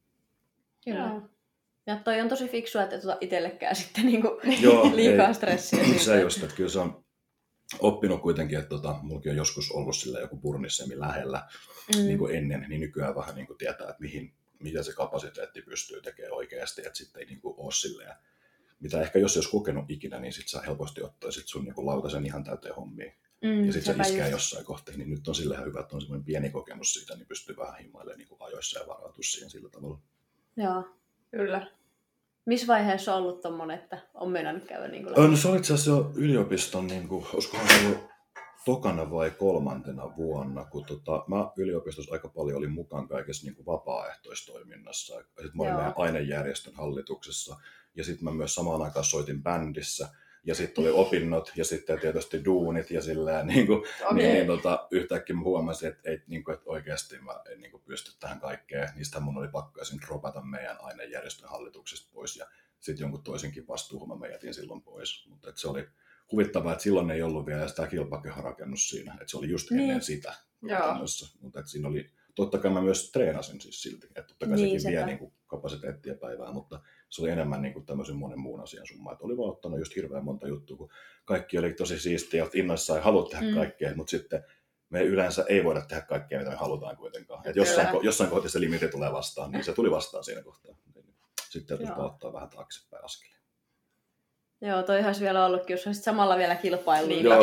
Kyllä. Ja toi on tosi fiksua, että tuota itsellekään sitten niinku joo, liikaa ei, stressiä. Se siitä. Just, että kyllä se on oppinut kuitenkin, että tota, mullakin on joskus ollut sillä joku purnissemi lähellä mm. niin kuin ennen, niin nykyään vähän niin kuin tietää, että mihin, mitä se kapasiteetti pystyy tekemään oikeasti, että sitten ei niin kuin ole silleen, mitä ehkä jos ei olisi kokenut ikinä, niin sitten sä helposti ottaisit sun niin kuin lautasen ihan täyteen hommiin. Mm, ja sitten se iskee just jossain kohtaa, niin nyt on silleen hyvä, että on semmoinen pieni kokemus siitä, niin pystyy vähän himailemaan niin kuin ajoissa ja varautua siihen sillä tavalla. Joo, kyllä. Missä vaiheessa on ollut tommonen, että on meinannut käydä niin kuin... No se oli itse asiassa jo yliopiston, niin kuin, olisikohan ollut tokana vai kolmantena vuonna, kun tota, mä yliopistossa aika paljon olin mukaan kaikessa niin kuin vapaaehtoistoiminnassa. Sitten mä olin meidän ainejärjestön hallituksessa ja sitten mä myös samaan aikaan soitin bändissä. Ja sitten oli opinnot ja sitten tietysti duunit ja silleen, niin kuin, okay. niin, niin tota, yhtäkkiä mä huomasin, että, et, niin kuin, että oikeasti mä en niin kuin, pysty tähän kaikkeen. Niistä mun oli pakko ensin dropata meidän ainejärjestön hallituksesta pois ja sitten jonkun toisenkin vastuuhomman mä jätin silloin pois. Mutta se oli huvittavaa, että silloin ei ollut vielä sitä kilpakeharakennus siinä, että se oli just ennen niin. sitä. Mutta siinä oli, totta kai mä myös treenasin siis silti, että totta kai niin, sekin vie niin kuin, kapasiteettia päivää, mutta se oli enemmän niin kuin tämmöisen monen muun asian summa. Että oli vaan ottanut just hirveän monta juttua, kun kaikki oli tosi siistiä, että innoissaan ei halua tehdä mm. kaikkea, mutta sitten me yleensä ei voida tehdä kaikkea, mitä me halutaan kuitenkaan. Että jossain, ko- jossain kohtaa se limiti tulee vastaan, niin se tuli vastaan siinä kohtaa. Sitten täytyy ottaa vähän taaksepäin askelia. Joo, toi olisi vielä ollutkin, jos olisit samalla vielä kilpaillut. Joo,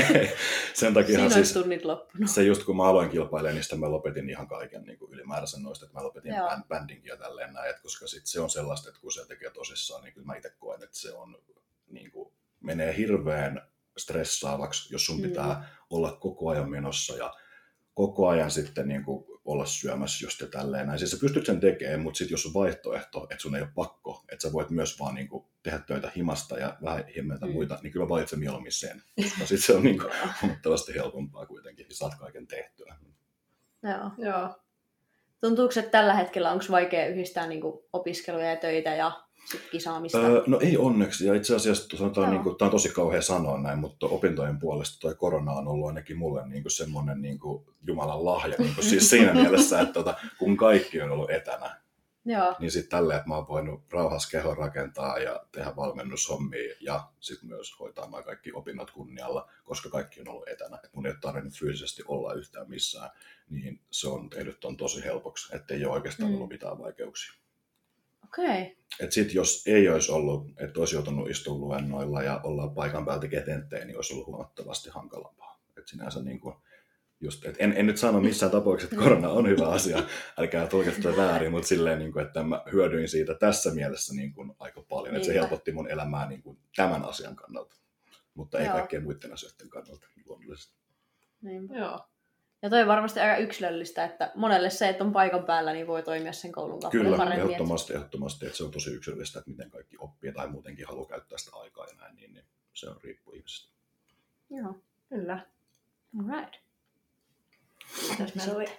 sen takia siis tunnit loppunut. Se just kun mä aloin kilpailemaan, niin sitten mä lopetin ihan kaiken niin kuin ylimääräisen noista, että mä lopetin bändinkin ja tälleen näin, että koska sit se on sellaista, että kun se tekee tosissaan, niin kyllä mä itse koen, että se on, niin kuin, menee hirveän stressaavaksi, jos sun pitää mm. olla koko ajan menossa ja koko ajan sitten niin kuin olla syömässä just ja tälleen näin. Siis sä pystyt sen tekemään, mutta sitten jos on vaihtoehto, että sun ei ole pakko, että sä voit myös vaan niin kuin tehdä töitä himasta ja vähän himmeltä mm. muita, niin kyllä valitse mieluummin sen. Koska sitten se on niin kuin huomattavasti helpompaa kuitenkin, ja saat kaiken tehtyä. Joo. Joo. Tuntuuko, että tällä hetkellä onko vaikea yhdistää niin kuin opiskeluja ja töitä ja sit kisaamista? Öö, no ei onneksi, ja itse asiassa sanotaan, niin kuin, tämä on tosi kauhea sanoa näin, mutta opintojen puolesta toi korona on ollut ainakin mulle niin kuin semmoinen niin kuin Jumalan lahja, niin kuin siis siinä mielessä, että tota, kun kaikki on ollut etänä, Joo. niin sitten tälleen, että mä oon voinut rauhassa kehon rakentaa ja tehdä valmennushommia ja sitten myös hoitaa mä kaikki opinnot kunnialla, koska kaikki on ollut etänä. Et mun ei ole tarvinnut fyysisesti olla yhtään missään, niin se on tehnyt ton tosi helpoksi, ettei ole oikeastaan mm. ollut mitään vaikeuksia. Okei. Okay. Et sit jos ei olisi ollut, että olisi joutunut istumaan luennoilla ja olla paikan päältä ketentteen, niin olisi ollut huomattavasti hankalampaa. Et sinänsä niin kuin, just, et en, en nyt sano missään tapauksessa, että korona on hyvä asia, älkää tulkitse väärin, mutta silleen, niin kuin, että mä hyödyin siitä tässä mielessä niin kuin, aika paljon, niin, että se helpotti mun elämää niin kuin, tämän asian kannalta, mutta ei Joo. kaikkien muiden asioiden kannalta luonnollisesti. Niin. Joo. Ja toi on varmasti aika yksilöllistä, että monelle se, että on paikan päällä, niin voi toimia sen koulun kanssa Kyllä, paremmin. Kyllä, ehdottomasti, ehdottomasti, että se on tosi yksilöllistä, että miten kaikki oppii tai muutenkin haluaa käyttää sitä aikaa ja näin, niin, niin se on riippuu ihmisestä. Joo, kyllä. All right. Mitäs meillä oli?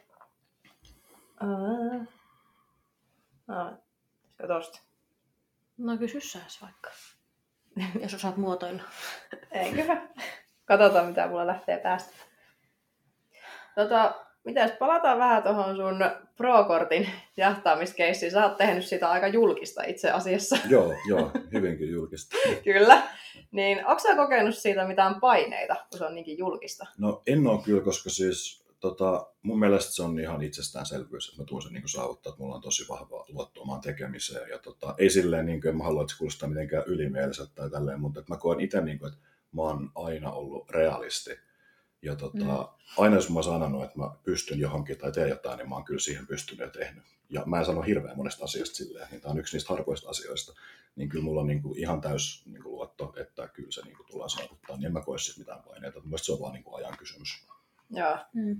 Uh... Ah, tosta. No kysy sääs vaikka, jos osaat muotoilla. Eiköhän. Katsotaan, mitä mulla lähtee päästä. Tota, mitäs, palataan vähän tuohon sun Pro-kortin jahtaamiskeissiin. Sä oot tehnyt sitä aika julkista itse asiassa. Joo, joo, hyvinkin julkista. Kyllä. Niin, onko sä kokenut siitä mitään paineita, kun se on niinkin julkista? No en ole kyllä, koska siis tota, mun mielestä se on ihan itsestäänselvyys, että mä tuun sen niin saavuttaa, että mulla on tosi vahva luotto omaan tekemiseen. Ja tota, ei silleen, niin kuin, en mä halua, että se kuulostaa mitenkään ylimieliseltä tai tälleen, mutta että mä koen itse, niin kuin, että mä oon aina ollut realisti. Ja tota, mm. aina jos mä oon sanonut, että mä pystyn johonkin tai teen jotain, niin mä oon kyllä siihen pystynyt ja tehnyt. Ja mä en sano hirveän monesta asiasta silleen, niin tää on yksi niistä harvoista asioista. Niin kyllä mulla on niin kuin ihan täys niin kuin luotto, että kyllä se niin kuin tullaan saavuttaa. Niin en mä koe siis mitään paineita. Mielestäni se on vaan niin kuin ajan kysymys. Joo. Mm.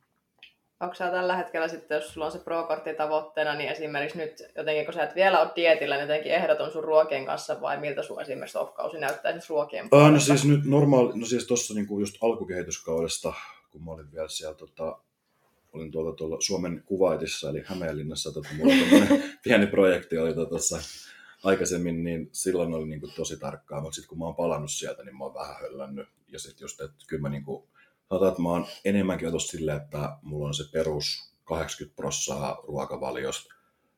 Onko sä tällä hetkellä sitten, jos sulla on se Pro-kortti tavoitteena, niin esimerkiksi nyt jotenkin, kun sä et vielä ole dietillä, niin jotenkin ehdoton sun ruokien kanssa, vai miltä sun esimerkiksi off-kausi näyttää esimerkiksi ruokien puolesta? No siis nyt normaali, no siis tuossa niinku just alkukehityskaudesta, kun mä olin vielä siellä, tota, olin tuolla, tuolla Suomen Kuwaitissa, eli Hämeenlinnassa, tota, mulla oli pieni projekti oli tuossa aikaisemmin, niin silloin oli niinku tosi tarkkaa, mutta sitten kun mä oon palannut sieltä, niin mä oon vähän höllännyt, ja sitten just, että kyllä mä niinku, sanotaan, että mä oon enemmänkin otus silleen, että mulla on se perus kahdeksankymmentä prosenttia ruokavaliosta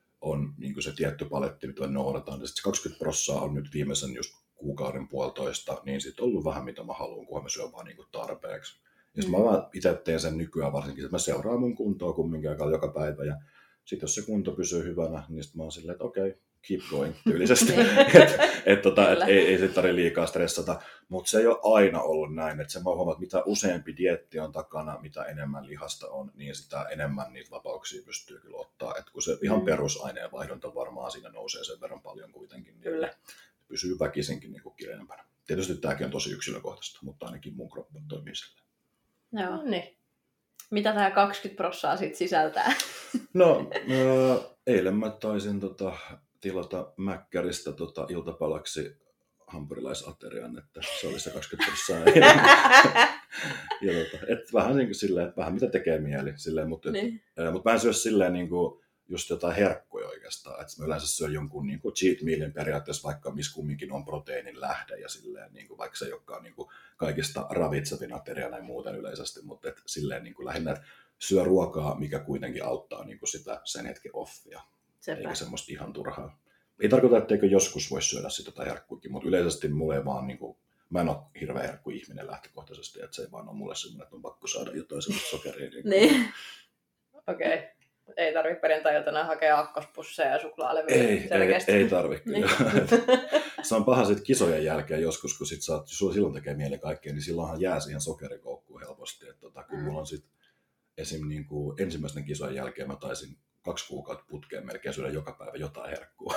on niin se tietty paletti, mitä noudataan. Ja sitten se kaksikymmentä prosenttia on nyt viimeisen just kuukauden puolitoista, niin sitten ollut vähän mitä mä haluan, kunhan mä syön vaan niin tarpeeksi. Ja mm. mä vaan itse teen sen nykyään varsinkin, että mä seuraan mun kuntoa kumminkin aikaa joka päivä. Ja sitten jos se kunto pysyy hyvänä, niin sitten mä oon silleen, että okei, okay, keep going tyylisesti. että et, tota, et, ei, ei sit tarvitse liikaa stressata. Mutta se ei ole aina ollut näin. Että se mä huomaan, että mitä useampi dieetti on takana, mitä enemmän lihasta on, niin sitä enemmän niitä vapauksia pystyy kyllä ottaa. Et kun se ihan mm. perusaineenvaihdunta varmaan siinä nousee sen verran paljon kuitenkin, niin kyllä. Pysyy väkisinkin niin kireempänä. Tietysti tämäkin on tosi yksilökohtaista, mutta ainakin mun kroppa toimii silleen. Joo, niin. Mitä tämä kaksikymmentä prosenttia sitten sisältää? No, äh, eilen mä taisin tota, tilata Mäkkäristä tota, iltapalaksi hampurilaisaterian, että se oli se kaksikymmentä prosenttia. ja tota, et vähän niin kuin silleen, että vähän mitä tekee mieli. Silleen, mutta, niin. et, mutta mä en syö silleen niin kuin just jotain herkkuja oikeastaan. Että mä yleensä syön jonkun niin kuin cheat mealin periaatteessa, vaikka missä kumminkin on proteiinin lähde ja silleen, niin kuin, vaikka se ei olekaan niin kuin kaikista ravitsevin ateria näin muuten yleisesti, mutta et, silleen niin kuin lähinnä, että syö ruokaa, mikä kuitenkin auttaa niin kuin sitä sen hetken offia. Sepä. Eikä semmoista ihan turhaa. Ei tarkoita, etteikö joskus voisi syödä sitä tai herkkuikin, mutta yleisesti mulle ei vaan, niin kuin, mä en ole hirveä herkku-ihminen lähtökohtaisesti, että se ei vaan ole mulle semmoinen, että on pakko saada jotain semmoista sokeria. Niin. niin. Okei. Okay. Ei tarvitse perjantai-iltana hakea akkospusseja ja suklaalevyjä. Ei, ei, ei tarvitse kyllä. Se on paha sitten kisojen jälkeen joskus, kun sit saat, silloin tekee mieli kaikkea, niin silloinhan jää siihen sokerikoukkuun helposti. Että tota, kun mm. mulla on sit esim. Niin kuin ensimmäisen kisojen jälkeen mä taisin kaksi kuukautta putkeen melkein syödä joka päivä jotain herkkua.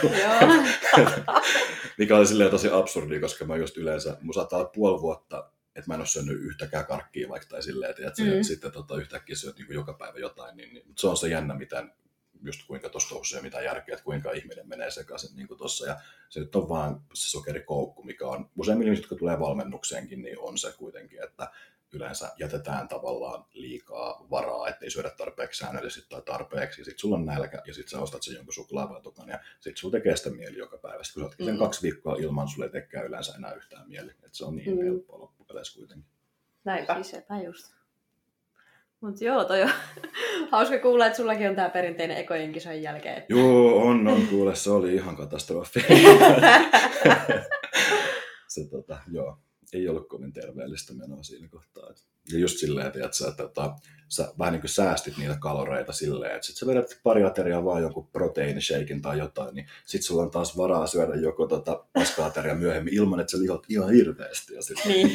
Mikä oli silleen tosi absurdi, koska mä just yleensä, mun saattaa olla puoli vuotta, että mä en ole syönyt yhtäkään karkkia vaikka tai silleen, että mm. sitten tota, yhtäkkiä syöt niin joka päivä jotain, niin, niin se on se jännä, miten, just kuinka tuosta on usein mitään järkeä, että kuinka ihminen menee sekaisin niin tuossa. Ja se nyt on vaan se sokerikoukku, mikä on useimmilla ihmiset, jotka tulee valmennukseenkin, niin on se kuitenkin, että yleensä jätetään tavallaan liikaa varaa, ettei syödä tarpeeksi säännöllisesti tai tarpeeksi. Sitten sulla on nälkä ja sitten sä ostat sen jonkun suklaapatukan ja sitten sulla tekee sitä mieli joka päivä. Sitten kun sä ootkin sen mm. kaksi viikkoa ilman, sulle ei tekään yleensä enää yhtään mieli. Että se on niin mm. helppoa loppupeleissä kuitenkin. Näinpä. Siis sepä just. Mutta joo, toi on hauska kuulla, että sullakin on tää perinteinen ekojen kisojen jälkeen. Joo, on, on kuule. Se oli ihan katastrofi. se tota, joo. ei ollut kovin terveellistä menoa siinä kohtaa. Ja just silleen, että, että, että, että sä vähän niin kuin säästit niitä kaloreita silleen, että sit sä vedät pari ateriaa vaan jonkun proteiinishaken tai jotain, niin sit sulla on taas varaa syödä joku tota paska-ateria myöhemmin ilman, että sä lihot ihan hirveästi. Ja sit, niin.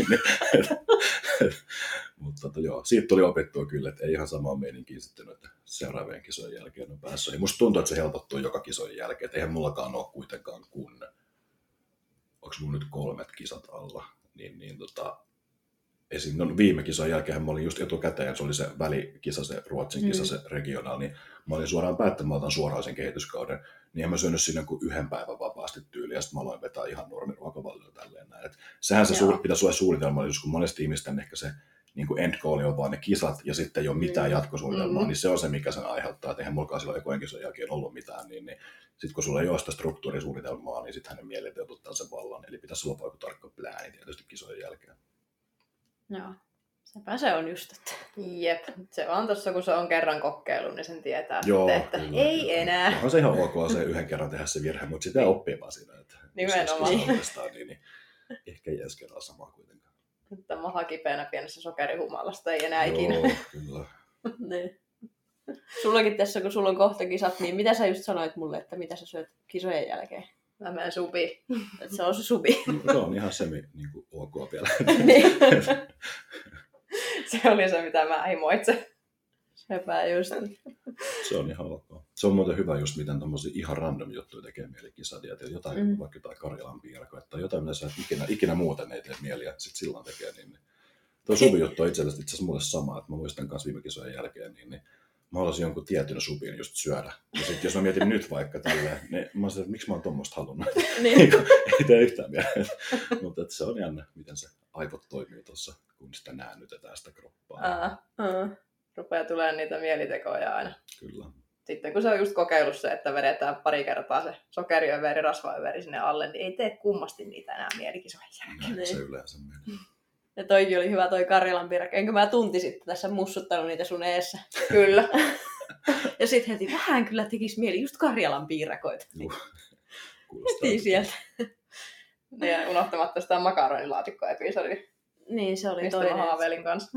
Mutta tota, joo, siitä tuli opittua kyllä, että ei ihan samaa meininkiä sitten noita seuraavien kisojen jälkeen on päässyt. Ja musta tuntuu, että se helpottuu joka kisojen jälkeen, että eihän mullakaan ole kuitenkaan kun, onko mulla nyt kolmet kisat alla, niin, niin tota, esim. No, viime kisojen jälkeen mä olin just etukäteen, se oli se välikisa, se Ruotsin kisa, mm. se regional, niin mä olin suoraan päättämään, mä otan suoraan sen kehityskauden, niin en mä syönyt siinä kuin yhden päivän vapaasti tyyliä, ja sitten mä aloin vetää ihan normiruokavaliota tälleen näin. Et sehän se suur, pitäisi olla suunnitelma, jos kun monesti ihmisten ehkä se niin kuin end goal on vaan ne kisat, ja sitten ei ole mitään mm. jatkosuunnitelmaa, mm. niin se on se, mikä sen aiheuttaa, että eihän mullakaan silloin ekojen kisojen jälkeen ollut mitään, niin, niin sitten kun sulla ei ole sitä struktuurisuunnitelmaa, niin sitten hänen mieleen ottaa sen vallan, eli pitäisi olla joku tarkka plääni tietysti kisojen jälkeen. Joo, sepä se on just, että... Jep, se on tossa, kun se on kerran kokeilu, niin sen tietää, Joo, että kyllä, ei kyllä. enää. On se ihan ok se yhden kerran tehdä se virhe, mutta sitä oppii vaan siinä, että nimenomaan. Jos niin, niin ehkä ei edes kerran samaa kuitenkaan. Että maha kipeänä pienessä sokerihumalasta ei enää Joo, ikinä. Joo, kyllä. niin. Sullakin tässä, kun sulla on kohta kisat, niin mitä sä just sanoit mulle, että mitä sä syöt kisojen jälkeen? Mä menen subi. Että se on se subi. Se on ihan semi niin kuin ok vielä. niin. Se oli se, mitä mä himoitsen. Sepä just. Se on ihan ok. Se on muuten hyvä just, miten tommosia ihan random juttuja tekee mieli kisadiat. Jotain, mm. vaikka jotain Karjalan piirakoita tai jotain, mitä sä ikinä, ikinä muuten ei tee mieli ja sit silloin tekee. Niin, niin. Tuo subi-juttu on itse asiassa mulle sama, että mä muistan kanssa viime kisojen jälkeen, niin, niin mä haluaisin jonkun tietyn subin just syödä. Ja sit jos mä mietin nyt vaikka tälleen, niin mä olisin, että miksi mä oon tommoista halunnut. Niin. Ei tee yhtään mieleen. Mutta se on jännä, miten se aivot toimii tuossa, kun sitä näännytetään sitä kroppaa. Aa, aa. Rupeaa tulemaan niitä mielitekoja aina. Kyllä. Sitten kun se on just kokeillut se, että vedetään pari kertaa se sokeriöveri, rasvaöveri sinne alle, niin ei tee kummasti niitä enää mielikisojen jälkeen. Näin se yleensä menee. Ja toikin oli hyvä toi Karjalan piirakka. Enkö mä tunti sitten tässä mussuttanut niitä sun eessä? Kyllä. Ja sitten heti vähän kyllä tekisi mieli just Karjalan piirakoita. Heti sieltä. Ja unohtamatta sitä makaronilaatikko-episodia. Niin, se oli mistä toinen. mä haaveilin kanssa.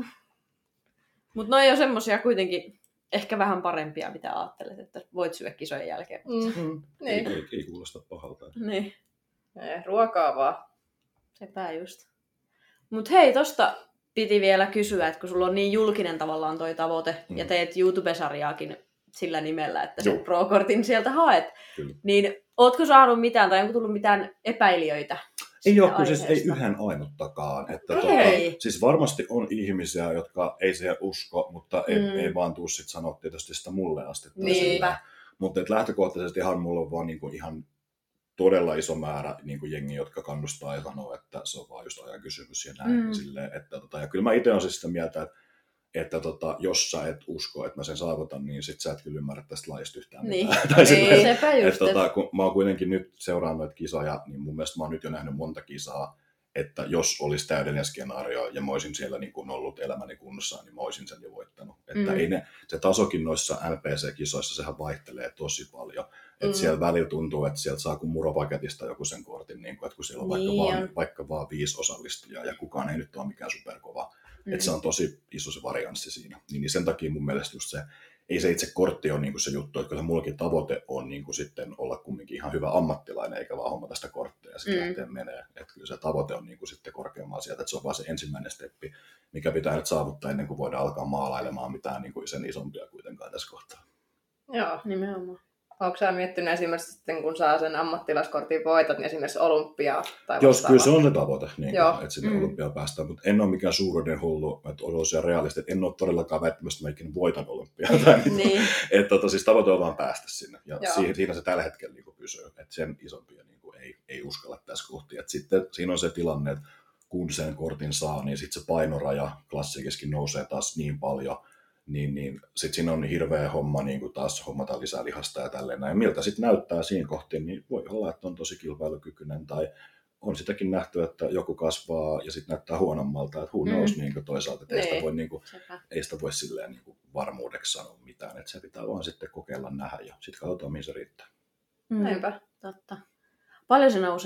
Mutta noi on semmosia kuitenkin ehkä vähän parempia, mitä ajattelet, että voit syödä kisojen jälkeen. Mm. Mm. Niin. Ei, ei, ei kuulosta pahalta. Niin. Ei, ruokaa vaan. Sepä just. Mut hei, tosta piti vielä kysyä, että kun sulla on niin julkinen tavallaan toi tavoite, mm. ja teet YouTube-sarjaakin sillä nimellä, että sen Pro-kortin sieltä haet, Kyllä. niin ootko saanut mitään, tai onko tullut mitään epäilijöitä? Ei ole, kun siis ei yhden ainuttakaan. Että tuota, siis varmasti on ihmisiä, jotka ei siihen usko, mutta ei, mm. ei vaan tuu sit sanoa tietysti sitä mulle asti. Niinpä. Mutta lähtökohtaisesti ihan mulla on vaan niinku ihan todella iso määrä niinku jengiä, jotka kannustaa ja sanoo, että se on vaan just ajan kysymys ja näin. Mm. Silleen, että tota, ja kyllä mä itse olen siis sitä mieltä, että että tota, jos sä et usko, että mä sen saavutan, niin sit sä et kyllä ymmärrä tästä lajista yhtään niin. mitään. Tai niin, sit, sepä just. Et, tota, kun mä oon kuitenkin nyt seurannut noita kisoja, niin mun mielestä mä oon nyt jo nähnyt monta kisaa, että jos olisi täydellinen skenaario ja mä olisin siellä niin kuin ollut elämäni kunnossa, niin mä olisin sen jo voittanut. Että mm. ei ne, se tasokin noissa N P C-kisoissa, sehän vaihtelee tosi paljon. Että mm. siellä välillä tuntuu, että sieltä saa kuin muropaketista joku sen kortin, niin kuin, että kun siellä on vaikka, niin vaan, vaikka vaan viisi osallistujaa ja kukaan ei nyt ole mikään superkova. Mm. Että se on tosi iso se varianssi siinä. Niin, niin sen takia mun mielestä just se, ei se itse kortti ole niinku se juttu, että kyllä mullakin tavoite on niinku sitten olla kumminkin ihan hyvä ammattilainen, eikä vaan hommata sitä korttia ja sitten mm. lähteä menee. Että kyllä se tavoite on niinku sitten korkeammalla sieltä, että se on vaan se ensimmäinen steppi, mikä pitää nyt saavuttaa ennen kuin voidaan alkaa maalailemaan mitään niinku sen isompia kuitenkaan tässä kohtaa. Joo, nimenomaan. Onko sä miettinyt esimerkiksi sitten, kun saa sen ammattilaiskortin voitat, niin esimerkiksi olympiaa tai Jos kyllä se on se tavoite, niin kuin, että sinne mm. olympiaan päästään, mutta en ole mikään suuruuden hullu, että olisi realisti, että en ole todellakaan väittämässä, että mä ikinä voitan olympiaa. niin. Että tota, siis tavoite on vaan päästä sinne, ja siihen, siinä se tällä hetkellä niin kuin pysyy, että sen isompia niin kuin, ei, ei uskalla tässä kohti. Että sitten siinä on se tilanne, että kun sen kortin saa, niin sitten se painoraja klassikiskin nousee taas niin paljon, niin, niin sitten siinä on niin hirveä homma niin kuin taas hommata lisää lihasta ja tälleen näin. Ja miltä sitten näyttää siinä kohtiin, niin voi olla, että on tosi kilpailukykyinen tai on sitäkin nähty, että joku kasvaa ja sitten näyttää huonommalta, että who knows mm. niin kuin toisaalta, että ei sitä voi, niin kuin, ei sitä voi silleen niin kuin varmuudeksi sanoa mitään, että se pitää vaan sitten kokeilla nähdä ja sitten katsotaan, mihin se riittää. Mm. Näinpä, totta. Paljon se nousee se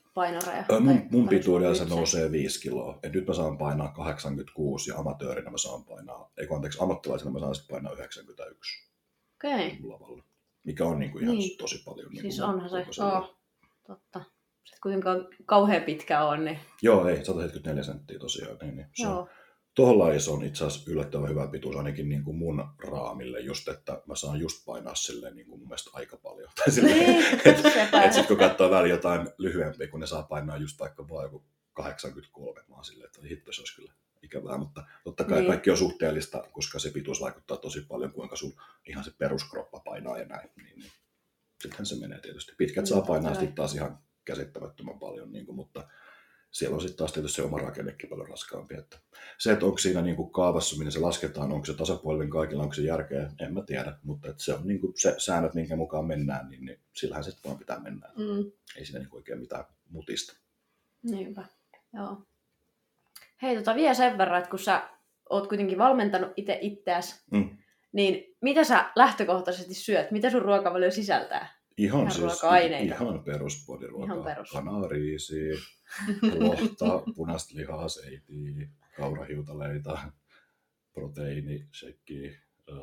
painoraja? Mun, mun pituudella se nousee viisi kiloa. Et nyt mä saan painaa kahdeksankymmentäkuusi ja amatöörinä mä saan painaa, ei anteeksi, ammattilaisena mä saan sitten painaa yhdeksänkymmentäyksi. Okei. Lavalla. Mikä on niinku ihan Niin. tosi paljon. Niin Siis kuin onhan se. se Oh, totta. Sitten kuitenkaan kauhean pitkä on, niin... Joo, ei, sata seitsemänkymmentäneljä senttiä tosiaan. Niin, niin. Se on, tuohon lajissa on itse asiassa yllättävän hyvä pituus, ainakin niin kuin mun raamille, just että mä saan just painaa silleen niin kuin mun mielestä aika paljon. Niin, että et sitten kun katsoo välillä jotain lyhyempiä, kun ne saa painaa just vaikka vaan joku kahdeksankymmentäkolme, mä oon silleen, että hitto, se olisi kyllä ikävää, mutta totta kai niin. Kaikki on suhteellista, koska se pituus vaikuttaa tosi paljon, kuinka sun ihan se peruskroppa painaa ja näin. Niin, niin. Sittenhän se menee tietysti. Pitkät saa painaa sitten taas ihan käsittämättömän paljon, niin kuin, mutta siellä on sitten taas tietysti se oma rakennekin paljon raskaampi. Että se, että onko siinä niin kuin kaavassa, minne se lasketaan, onko se tasapuolinen kaikilla, onko se järkeä, en mä tiedä. Mutta että se on niin kuin se säännöt, minkä mukaan mennään, niin, niin sillähän se vaan pitää mennä. Mm. Ei siinä niin oikein mitään mutista. Niinpä, joo. Hei, tota vielä sen verran, että kun sä oot kuitenkin valmentanut itse itseäsi, mm. niin mitä sä lähtökohtaisesti syöt? Mitä sun ruokavalio sisältää? Ihan, ihan siis ihan peruspodiruokaa. Perus. Kanaa, riisiä, lohta, punaista lihaa, seitiä, kaurahiutaleita, proteiini, shakea.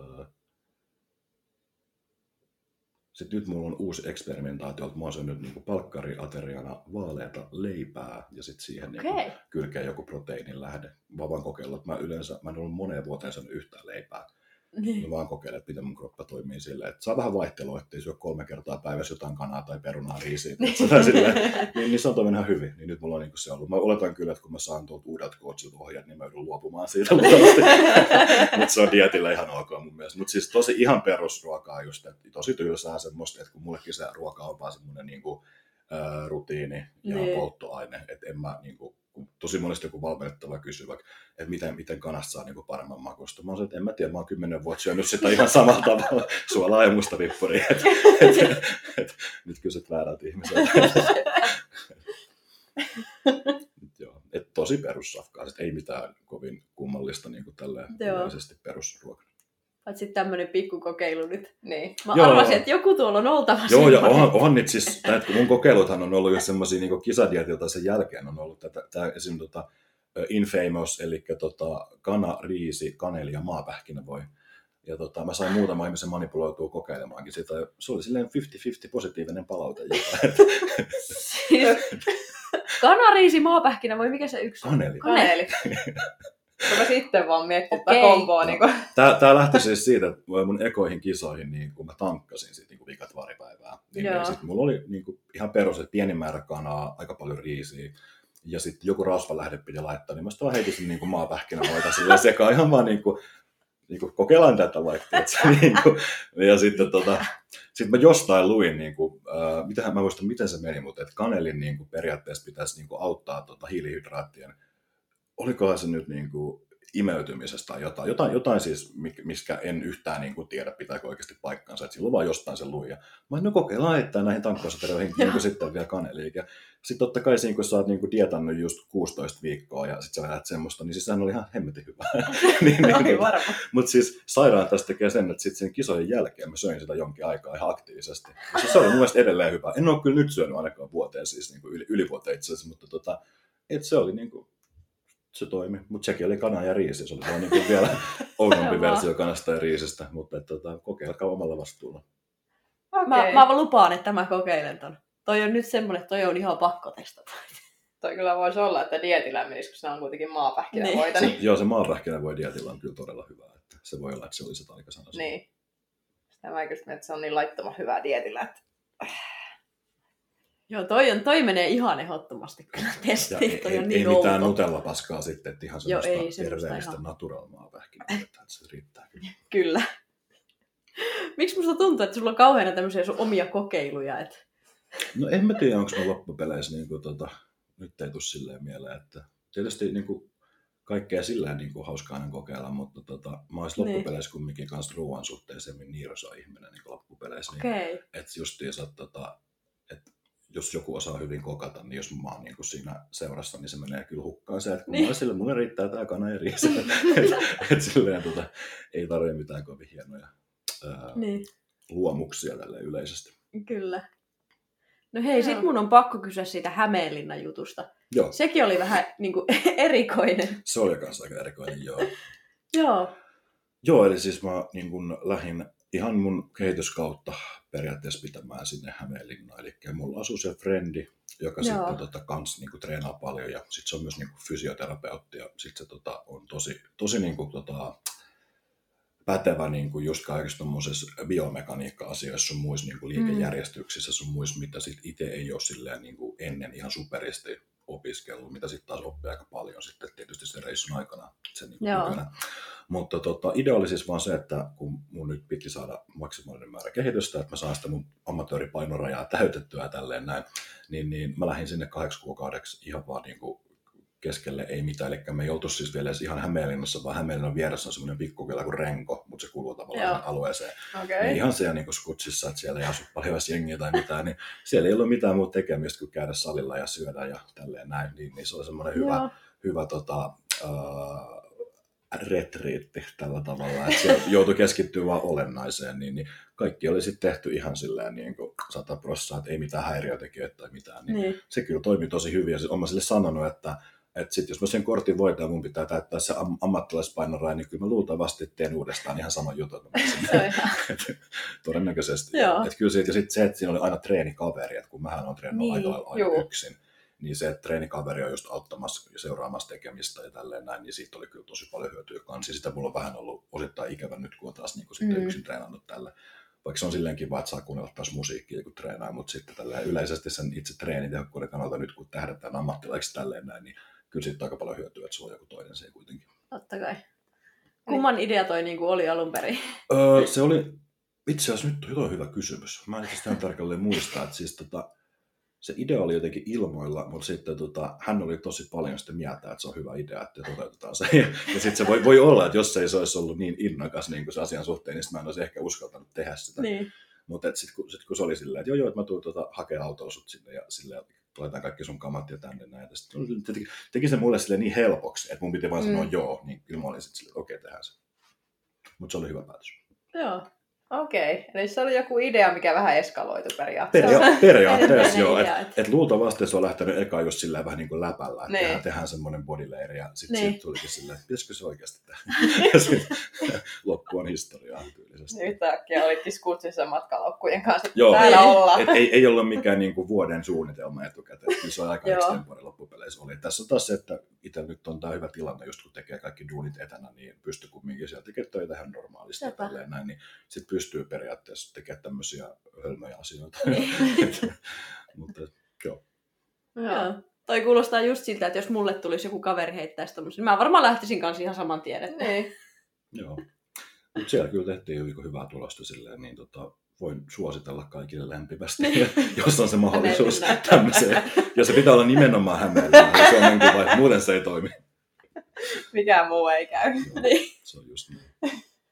Sitten nyt mulla on uusi eksperimentaatio, että mä oon syönyt niinku palkkariateriana vaaleata leipää ja sitten siihen okay. niinku kylkeen joku proteiinin lähde. Mä vaan kokeillut, että mä yleensä, mä en ollut moneen vuoteen syönyt yhtään leipää. Niin. Mä vaan kokeilen, että miten mun kroppa toimii silleen, että saa vähän vaihtelua, ettei syö kolme kertaa päivässä jotain kanaa tai perunaa riisiä. Silleen, niin, niin se on toiminut ihan hyvin. Niin nyt mulla on niin se ollut. Mä oletan kyllä, että kun mä saan tuolta uudelta coachilta ohjat, niin mä joudun luopumaan siitä. Mutta se on dietillä ihan ok mun mielestä. Mutta siis tosi ihan perusruokaa just, että tosi tylsää semmoista, että kun mullekin se ruoka on vaan semmoinen niin kuin, ä, rutiini ja niin. polttoaine, että en mä niin kuin, tosi monesti joku valmennettava kysyy vaikka, että miten, miten kanasta saa niin paremman makusta. Mä oon että en mä tiedä, mä oon kymmenen vuotta syönyt sitä ihan samalla tavalla suolaa ja musta vippuri. Et, et, et, et, nyt kysyt väärät ihmiset. Joo, et tosi perussafkaa, ei mitään kovin kummallista niin kuin tälleen yleisesti perusruokana. Vai sitten tämmöinen pikkukokeilu nyt. Niin. Mä Joo. arvasin, että joku tuolla on oltava. Joo, ja onhan, onhan nyt siis, näet, kun mun kokeiluthan on ollut jo semmosia niin kisadietilta sen jälkeen on ollut tätä, tää esim. Tota, Infamous, eli tota, kana, riisi, kaneli ja maapähkinävoi. Ja tota, mä sain muutama ihmisen manipuloitua kokeilemaankin sitä. Se oli silleen viisikymmentä viisikymmentä positiivinen palaute. Siis, kana, riisi, maapähkinävoi, mikä se yksi? Kaneli. Kaneli. Mä sitten vaan miettiä tätä komboa. Niin tää, tää lähti siis siitä, että mun ekoihin kisoihin, niin kun mä tankkasin sit, niin vikat varipäivää, niin, niin sit mulla oli niin kuin, ihan perus, että pieni määrä kanaa, aika paljon riisiä, ja sitten joku rasvalähde piti laittaa, niin mä sitten vaan heitin sen niin maapähkinävoita silleen sekaan ihan vaan niin kuin, niin kuin, kokeillaan tätä vaikka. niin kuin, ja sitten tota, sit mä jostain luin, niin kuin, äh, mitähän mä muistan, miten se meni, mutta että kanelin niin kuin, periaatteessa pitäisi niin kuin, auttaa tota, hiilihydraattien. Olikohan se nyt niin kuin imeytymisestä tai jotain, jotain, jotain siis, miskä en yhtään niin kuin tiedä, pitääkö oikeasti paikkansa, että silloin vaan jostain sen luin. Ja mä en no kokeilla laittaa näihin tankkausaperijoihin niin sitten vielä kaneliin. Ja sitten totta kai siinä, kun sä oot niin kuin dietannut just kuusitoista viikkoa ja sitten sä vedät semmoista, niin siis sehän oli ihan hemmetin hyvää. niin, niin, mutta siis sairaan tästä tekee sen, että sitten sen kisojen jälkeen mä söin sitä jonkin aikaa ihan aktiivisesti. Ja se oli mun mielestä edelleen hyvä. En ole kyllä nyt syönyt ainakaan vuoteen, siis niin kuin yli, yli vuoteen itse asiassa, mutta tota, et se oli niin kuin se toimi, mutta sekin oli kana ja riisi, se oli vaan niin vielä oudompi versio kanasta ja riisistä, mutta tota, kokeilkaa omalla vastuulla. Okay. Mä, mä lupaan, että mä kokeilen ton. Toi on nyt semmoinen, että toi on ihan pakko testata. Toi kyllä voisi olla, että dietillä menisi, kun se on kuitenkin maapähkinävoita. Niin. Se, joo, se maapähkinävoi dietillä on kyllä todella hyvä. Että se voi olla, että se oli se taikasana. Niin. Sitä mä kysytin, että se on niin laittoman hyvää dietillä, että... Joo, toi, on, toi menee ihan ehdottomasti kyllä testiin. Ei, toi on ei, niin ei mitään Nutella-paskaa sitten, että ihan semmoista Joo, ei, terveellistä ihan... natural-maapähkinää, että se riittää kyllä. Kyllä. Miksi musta tuntuu, että sulla on kauheana tämmöisiä sun omia kokeiluja? Että... No en mä tiedä, onko mä loppupeleissä, niin kuin, tota, nyt ei tule silleen mieleen, että tietysti niin kuin, kaikkea silleen niin kuin, hauskaa aina kokeilla, mutta tota, mä olisin niin. loppupeleissä kumminkin kanssa ruoan suhteeseen niirosa ihminen niin loppupeleissä. Okay. Niin, että justiinsa, tota, että jos joku osaa hyvin kokata, niin jos mä oon niin kuin siinä seurassa, niin se menee kyllä hukkaan se, että kun niin. mä sille, mulle riittää tää kana ja riisi. että et silleen tota, ei tarvitse mitään kovin hienoja ää, niin. luomuksia tälle yleisesti. Kyllä. No hei, sit mun on pakko kysyä siitä Hämeenlinnan jutusta. Joo. Sekin oli vähän niin kuin, erikoinen. Se oli kanssa aika erikoinen, joo. Joo. Joo, eli siis mä niin kun lähdin ihan mun kehityskautta periaatteessa pitämään sinne Hämeenlinnaan. Eli mulla asuu se frendi, joka Joo. sitten tota, kans niin kun, treenaa paljon ja sitten se on myös niin kun, fysioterapeutti ja sitten se tota, on tosi, tosi niin kun, tota, pätevä niin kuin just kaikissa tuommoisissa biomekaniikka-asioissa, sun muissa niin kuin liikejärjestyksissä, sun muissa, mitä sit itse ei ole silleen niin kuin ennen ihan superisti opiskellut, mitä sitten taas oppii aika paljon sitten tietysti sen reissun aikana. Sen niin kuin Mutta tota, idea oli siis vaan se, että kun mun nyt piti saada maksimaalinen määrä kehitystä, että mä saan sitä mun amatööripainoraja täytettyä ja tälleen näin, niin, niin mä lähdin sinne kahdeksi kuukaudeksi ihan vaan niin kuin keskelle ei mitään, eli me ei oltu siis vielä ihan Hämeenlinnassa, vaan Hämeenlinnan vieressä on semmoinen pikkukylä kuin Renko, mutta se kuuluu tavallaan alueeseen. Okay. Niin ihan siellä niin skutsissa, että siellä ei asu paljon jengiä tai mitään, niin siellä ei ollut mitään muuta tekemistä kuin käydä salilla ja syödä ja tälleen näin, niin, niin se oli semmoinen hyvä, hyvä tota, uh, retriitti tällä tavalla, että siellä joutui keskittyä vaan olennaiseen, niin, niin kaikki oli sitten tehty ihan silleen niin kuin sata prosenttia, että ei mitään häiriötekijöitä tai mitään, niin, niin. Se kyllä toimi tosi hyvin ja olen mä sille sanonut, että Että sitten jos mä sen kortin voitan ja mun pitää täyttää se am- ammattilaispainoraja, niin kyllä mä luultavasti teen uudestaan ihan saman jutun. Todennäköisesti. Et kyllä siitä, ja sitten se, että siinä oli aina treenikaveri, että kun mähän olen treenannut niin, aika lailla yksin, niin se, että treenikaveri on just auttamassa ja seuraamassa tekemistä ja tälleen näin, niin siitä oli kyllä tosi paljon hyötyä kanssa. Sitä mulla on vähän ollut osittain ikävä nyt, kun on taas niin kuin sitten mm. yksin treenannut tällä. Vaikka se on silleen kiva, että saa kuunnella taas musiikkia, kun treenaa, mutta sitten yleisesti sen itse treenitehokkuuden kannalta nyt, kun tähdätään ammattilaiksi tälleen näin, niin kyllä siitä aika paljon hyötyä, että sulla on joku toinen se kuitenkin. Totta kai. Kumman idea toi niin kuin oli alun perin? Öö, se oli, itse asiassa nyt on hyvä kysymys. Mä en sitä tarkalleen muistaa, että siis tota, se idea oli jotenkin ilmoilla, mutta sitten tota, hän oli tosi paljon sitä mieltä, että se on hyvä idea, että toteutetaan se. Ja, ja sitten se voi, voi olla, että jos ei se olisi ollut niin innokas niin kuin se asian suhteen, niin mä en olisi ehkä uskaltanut tehdä sitä. Niin. Mutta sitten kun, sit, kun se oli silleen, että joo joo, että mä tuun tota, hakemaan autolla sut sinne ja silleen, laitetaan kaikki sun kamat ja tänne näin. Sitten teki, teki se mulle silleen niin helpoksi, että mun piti vaan sanoa mm. joo, niin kyllä mä olin sitten silleen, että okei, tehdään se. Mutta se oli hyvä päätös. Joo. Okei, okay. Eli se oli joku idea, mikä vähän eskaloitu periaatteessa. Peria- periaatteessa joo, että et luultavasti se on lähtenyt eka just silleen vähän niin kuin läpällä, että tehdään, tehdään semmoinen bodylayer ja sitten siitä tulikin silleen, että pitäisikö se oikeasti tehdä. Ja sitten loppu on historiaa tyylisesti. Yhtäkkiä olitkin skutsissa matkalaukkujen kanssa joo, täällä olla. Et ei, ei ollut mikään niin kuin vuoden suunnitelma etukäteen, kyllä se on aika extempore loppupeleissä oli. Tässä on taas se, että itse nyt on tämä hyvä tilanne, just kun tekee kaikki duunit etänä, niin pystyy kumminkin sieltä tekemään töitä ihan normaalisti. Näin, niin sitten pystyy periaatteessa tekemään tämmöisiä hölmöjä asioita. Mutta joo. Joo. Toi kuulostaa just siltä, että jos mulle tulisi joku kaveri heittäisi tommosen, niin mä varmaan lähtisin kanssa ihan saman tien. Että... Niin. Joo. Mutta siellä kyllä tehtiin hyvin hyvää tulosta silleen, niin tota, voin suositella kaikille lämpimästi, jos on se mahdollisuus tämmöiseen. Ja se pitää olla nimenomaan Hämeenlinna, se on niin kuin vai, muuten se ei toimi. Mikään muu ei käy. Niin. Se on just niin.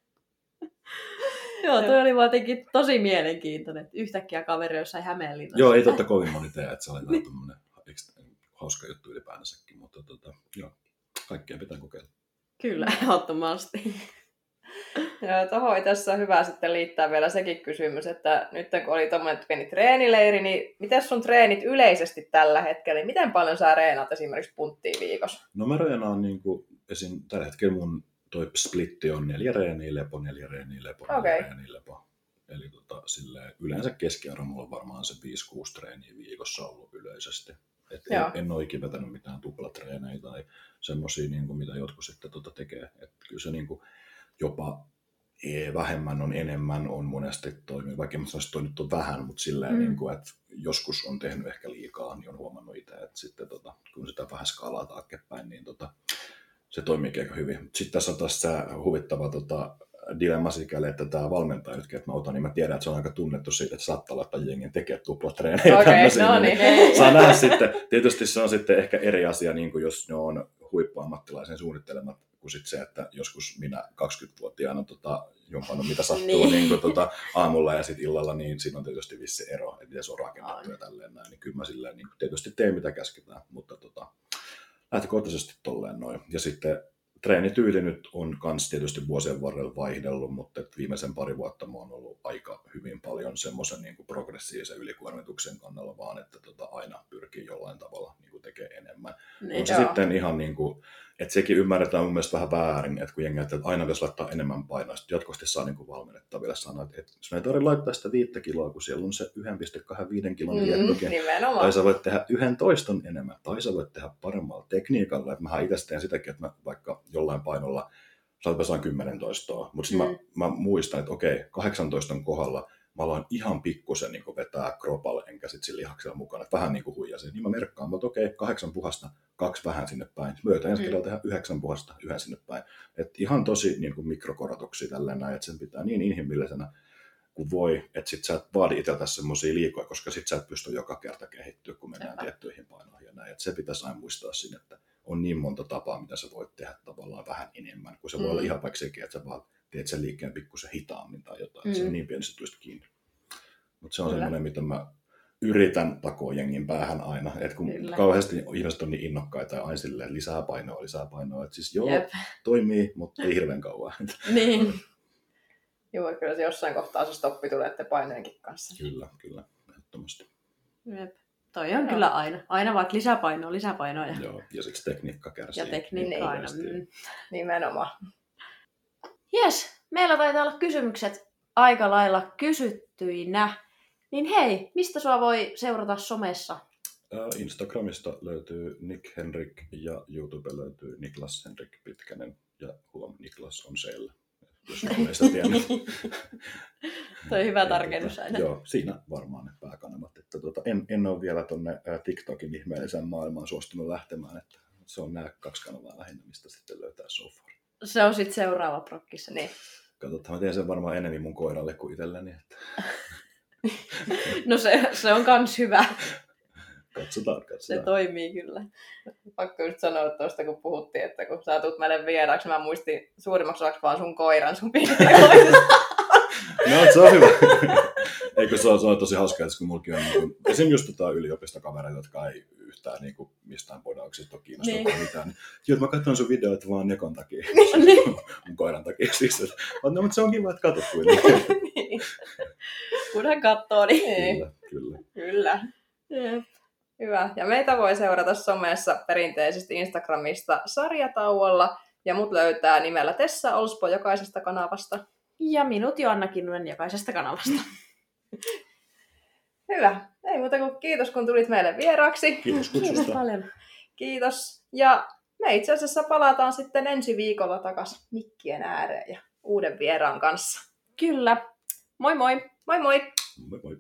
Joo, toi oli vaan jotenkin tosi mielenkiintoinen, että yhtäkkiä kaveri jossain Hämeenlinnassa. Joo, ei totta kovin moni tee, että se oli vähän tommoinen hauska juttu ylipäänsäkin, mutta tota, joo, kaikkea pitää kokeilla. Kyllä, ehdottomasti. Joo, tuohon tässä on hyvä sitten liittää vielä sekin kysymys, että nyt kun oli tommoinen pieni treenileiri, niin miten sun treenit yleisesti tällä hetkellä, niin miten paljon sä reenaat esimerkiksi punttia viikossa? No mä reenaan niin kuin esim. Tällä hetkellä mun toi splitti on neljä reeniä, lepo, neljä reeniä, lepo, okay. neljä reeniä, lepo. Eli tota, silleen, yleensä keskiarvo mulla on varmaan se viisi kuusi treeniä viikossa ollut yleisesti. Et en, en ole ikinä vetänyt mitään tuplatreenejä tai semmosia, niin kuin, mitä jotkut sitten tota tekee. Et kyllä se niin kuin, jopa vähemmän on enemmän on monesti toimii, vaikka en sanoisi, että toi nyt on vähän, mutta silleen, mm. niin kuin, että joskus on tehnyt ehkä liikaa, niin on huomannut itse, että sitten tota, kun sitä vähän skaalaa taaksepäin, niin tota, se toimii aika hyvin. Sitten tässä on taas tämä huvittava tota, dilemma sikäli, että tämä valmentaja nyt, että mä otan, niin mä tiedän, että se on aika tunnettu siitä, että saattaa laittaa jengin tekemään tuplatreenejä. Okei, okay, no niin. niin saa nähdä sitten. Tietysti se on sitten ehkä eri asia, niin kuin jos ne on huippuammattilaisen suunnittelemat, kuin sitten se, että joskus minä kaksikymmentävuotiaana tota, jumpannut mitä sattuu niin. Niin kuin, tota, aamulla ja sitten illalla, niin siinä on tietysti vissi ero, että miten se on rakennettu ja tälleen näin. Niin kyllä mä silleen, niin tietysti teen mitä käsketään, mutta tota, lähtökohtaisesti tolleen noin. Ja sitten treenityyli nyt on kans tietysti vuosien varrella vaihdellut, mutta viimeisen pari vuotta mä oon ollut aika hyvin paljon semmoisen niin kuin progressiivisen ylikuormituksen kannalla, vaan että tota, aina pyrkii jollain tavalla niin kuin tekemään enemmän. Niin, on se joo. sitten ihan niin kuin, että sekin ymmärretään mun mielestä vähän väärin, että kun jengi ajattelee, että aina pitäisi laittaa enemmän painoa, sitten jatkuvasti saa niin kuin valmennettaville sanoa, että, että jos me ei tarvitse laittaa sitä viittä kiloa, kun siellä on se yksi pilkku kaksikymmentäviisi kilon liettokin, mm, tai sä voit tehdä yhden toiston enemmän, tai sä voit tehdä paremmalla tekniikalla. Että mähän itse teen sitäkin, että mä vaikka jollain painolla saat saan kymmenen toistoa, mutta sitten mm. mä, mä muistan, että okei, kahdeksantoiston kohdalla mä aloin ihan pikkusen niin vetää kropalle, enkä sitten sillä lihaksella mukana, että vähän niin kuin huijasin. Niin mä merkkaan, että okei, kahdeksan puhasta, kaksi vähän sinne päin. Mä yritän ensi kerralla tehdä yhdeksän puhasta, yhden sinne päin. Että ihan tosi niin kuin mikrokorotuksia tälleen näin, että sen pitää niin inhimillisenä kuin voi, että sit sä et vaadi itseltä semmosia liikoja, koska sit sä et pysty joka kerta kehittyä, kun mennään Sepä. tiettyihin painoihin ja näin. Et se pitäisi aina muistaa siinä, että on niin monta tapaa, mitä sä voit tehdä tavallaan vähän enemmän, kun se mm. voi olla ihan vaikka sekin, että sä vaan teet sen liikkeen pikkusen hitaammin tai jotain, mm. se on niin pieni, se tulisi kiinni. Mutta se on Kyllä. semmoinen, mitä mä yritän takoa jengin päähän aina, että kun Kyllä. kauheasti ihmiset on niin innokkaita ja aina silleen lisää painoa, lisää painoa, että siis joo, Jep. toimii, mutta ei hirveän kauan. Niin. Joo, kyllä se jossain kohtaa se stoppi tulee, että painojenkin kanssa. Kyllä, kyllä, ehdottomasti. Jep. Toi on no. kyllä aina. Aina vaikka lisäpainoa, lisäpainoa. Ja... Joo, ja siksi tekniikka kärsii. Ja tekniikka aina. Mm. Nimenomaan. Jes, meillä taitaa olla kysymykset aika lailla kysyttyinä. Niin hei, mistä sua voi seurata somessa? Instagramista löytyy Nick Henrik ja YouTube löytyy Niklas Henrik Pitkänen. Ja huom, Niklas on siellä. Jos joku ei sitä tiennyt. Toi hyvä tarkennus aina. Joo, siinä varmaan ne pääkanavat. Että tuota, en, en ole vielä tuonne TikTokin ihmeelliseen maailmaan suostunut lähtemään. Että se on nämä kaksi kanavaa lähinnä, mistä sitten löytää so far. Se on sitten seuraava prokkissa. Niin. Katsotaan, mä teen sen varmaan enemmän mun koiralle kuin itselleni. Että... no se, se on kans hyvä. Katsotaan, katsotaan. Se toimii kyllä. Pakko just sanoa tuosta, kun puhuttiin, että kun sä tulet meille vieraaksi, mä muistin suurimmaksi osaksi vaan sun koiran sun videoista. No, se on hyvä. Eikö se ole, se on tosi hauska, että kun mullakin on niin esimerkiksi just tota yliopistokavereita, jotka ei yhtään niin kuin, mistään podauksista ole kiinnostunut niin. mitään. Niin, joo, mä katson sun videoita vaan Nekon takia, niin. mun koiran takia. Siis, että, no, mutta se on kiva, että katsot kuitenkin. niin. Kunhan katsoo, niin... Kyllä, kyllä. Kyllä. Jep. Hyvä. Ja meitä voi seurata somessa perinteisesti Instagramista sarjatauolla. Ja mut löytää nimellä Tessa Olspo jokaisesta kanavasta. Ja minut Joanna Kinnunen jokaisesta kanavasta. Hyvä. Ei muuta kuin kiitos, kun tulit meille vieraaksi. Kiitos kutsusta. Kiitos paljon. Kiitos. Ja me itse asiassa palataan sitten ensi viikolla takaisin mikkien ääreen ja uuden vieraan kanssa. Kyllä. Moi moi. Moi moi. Moi moi.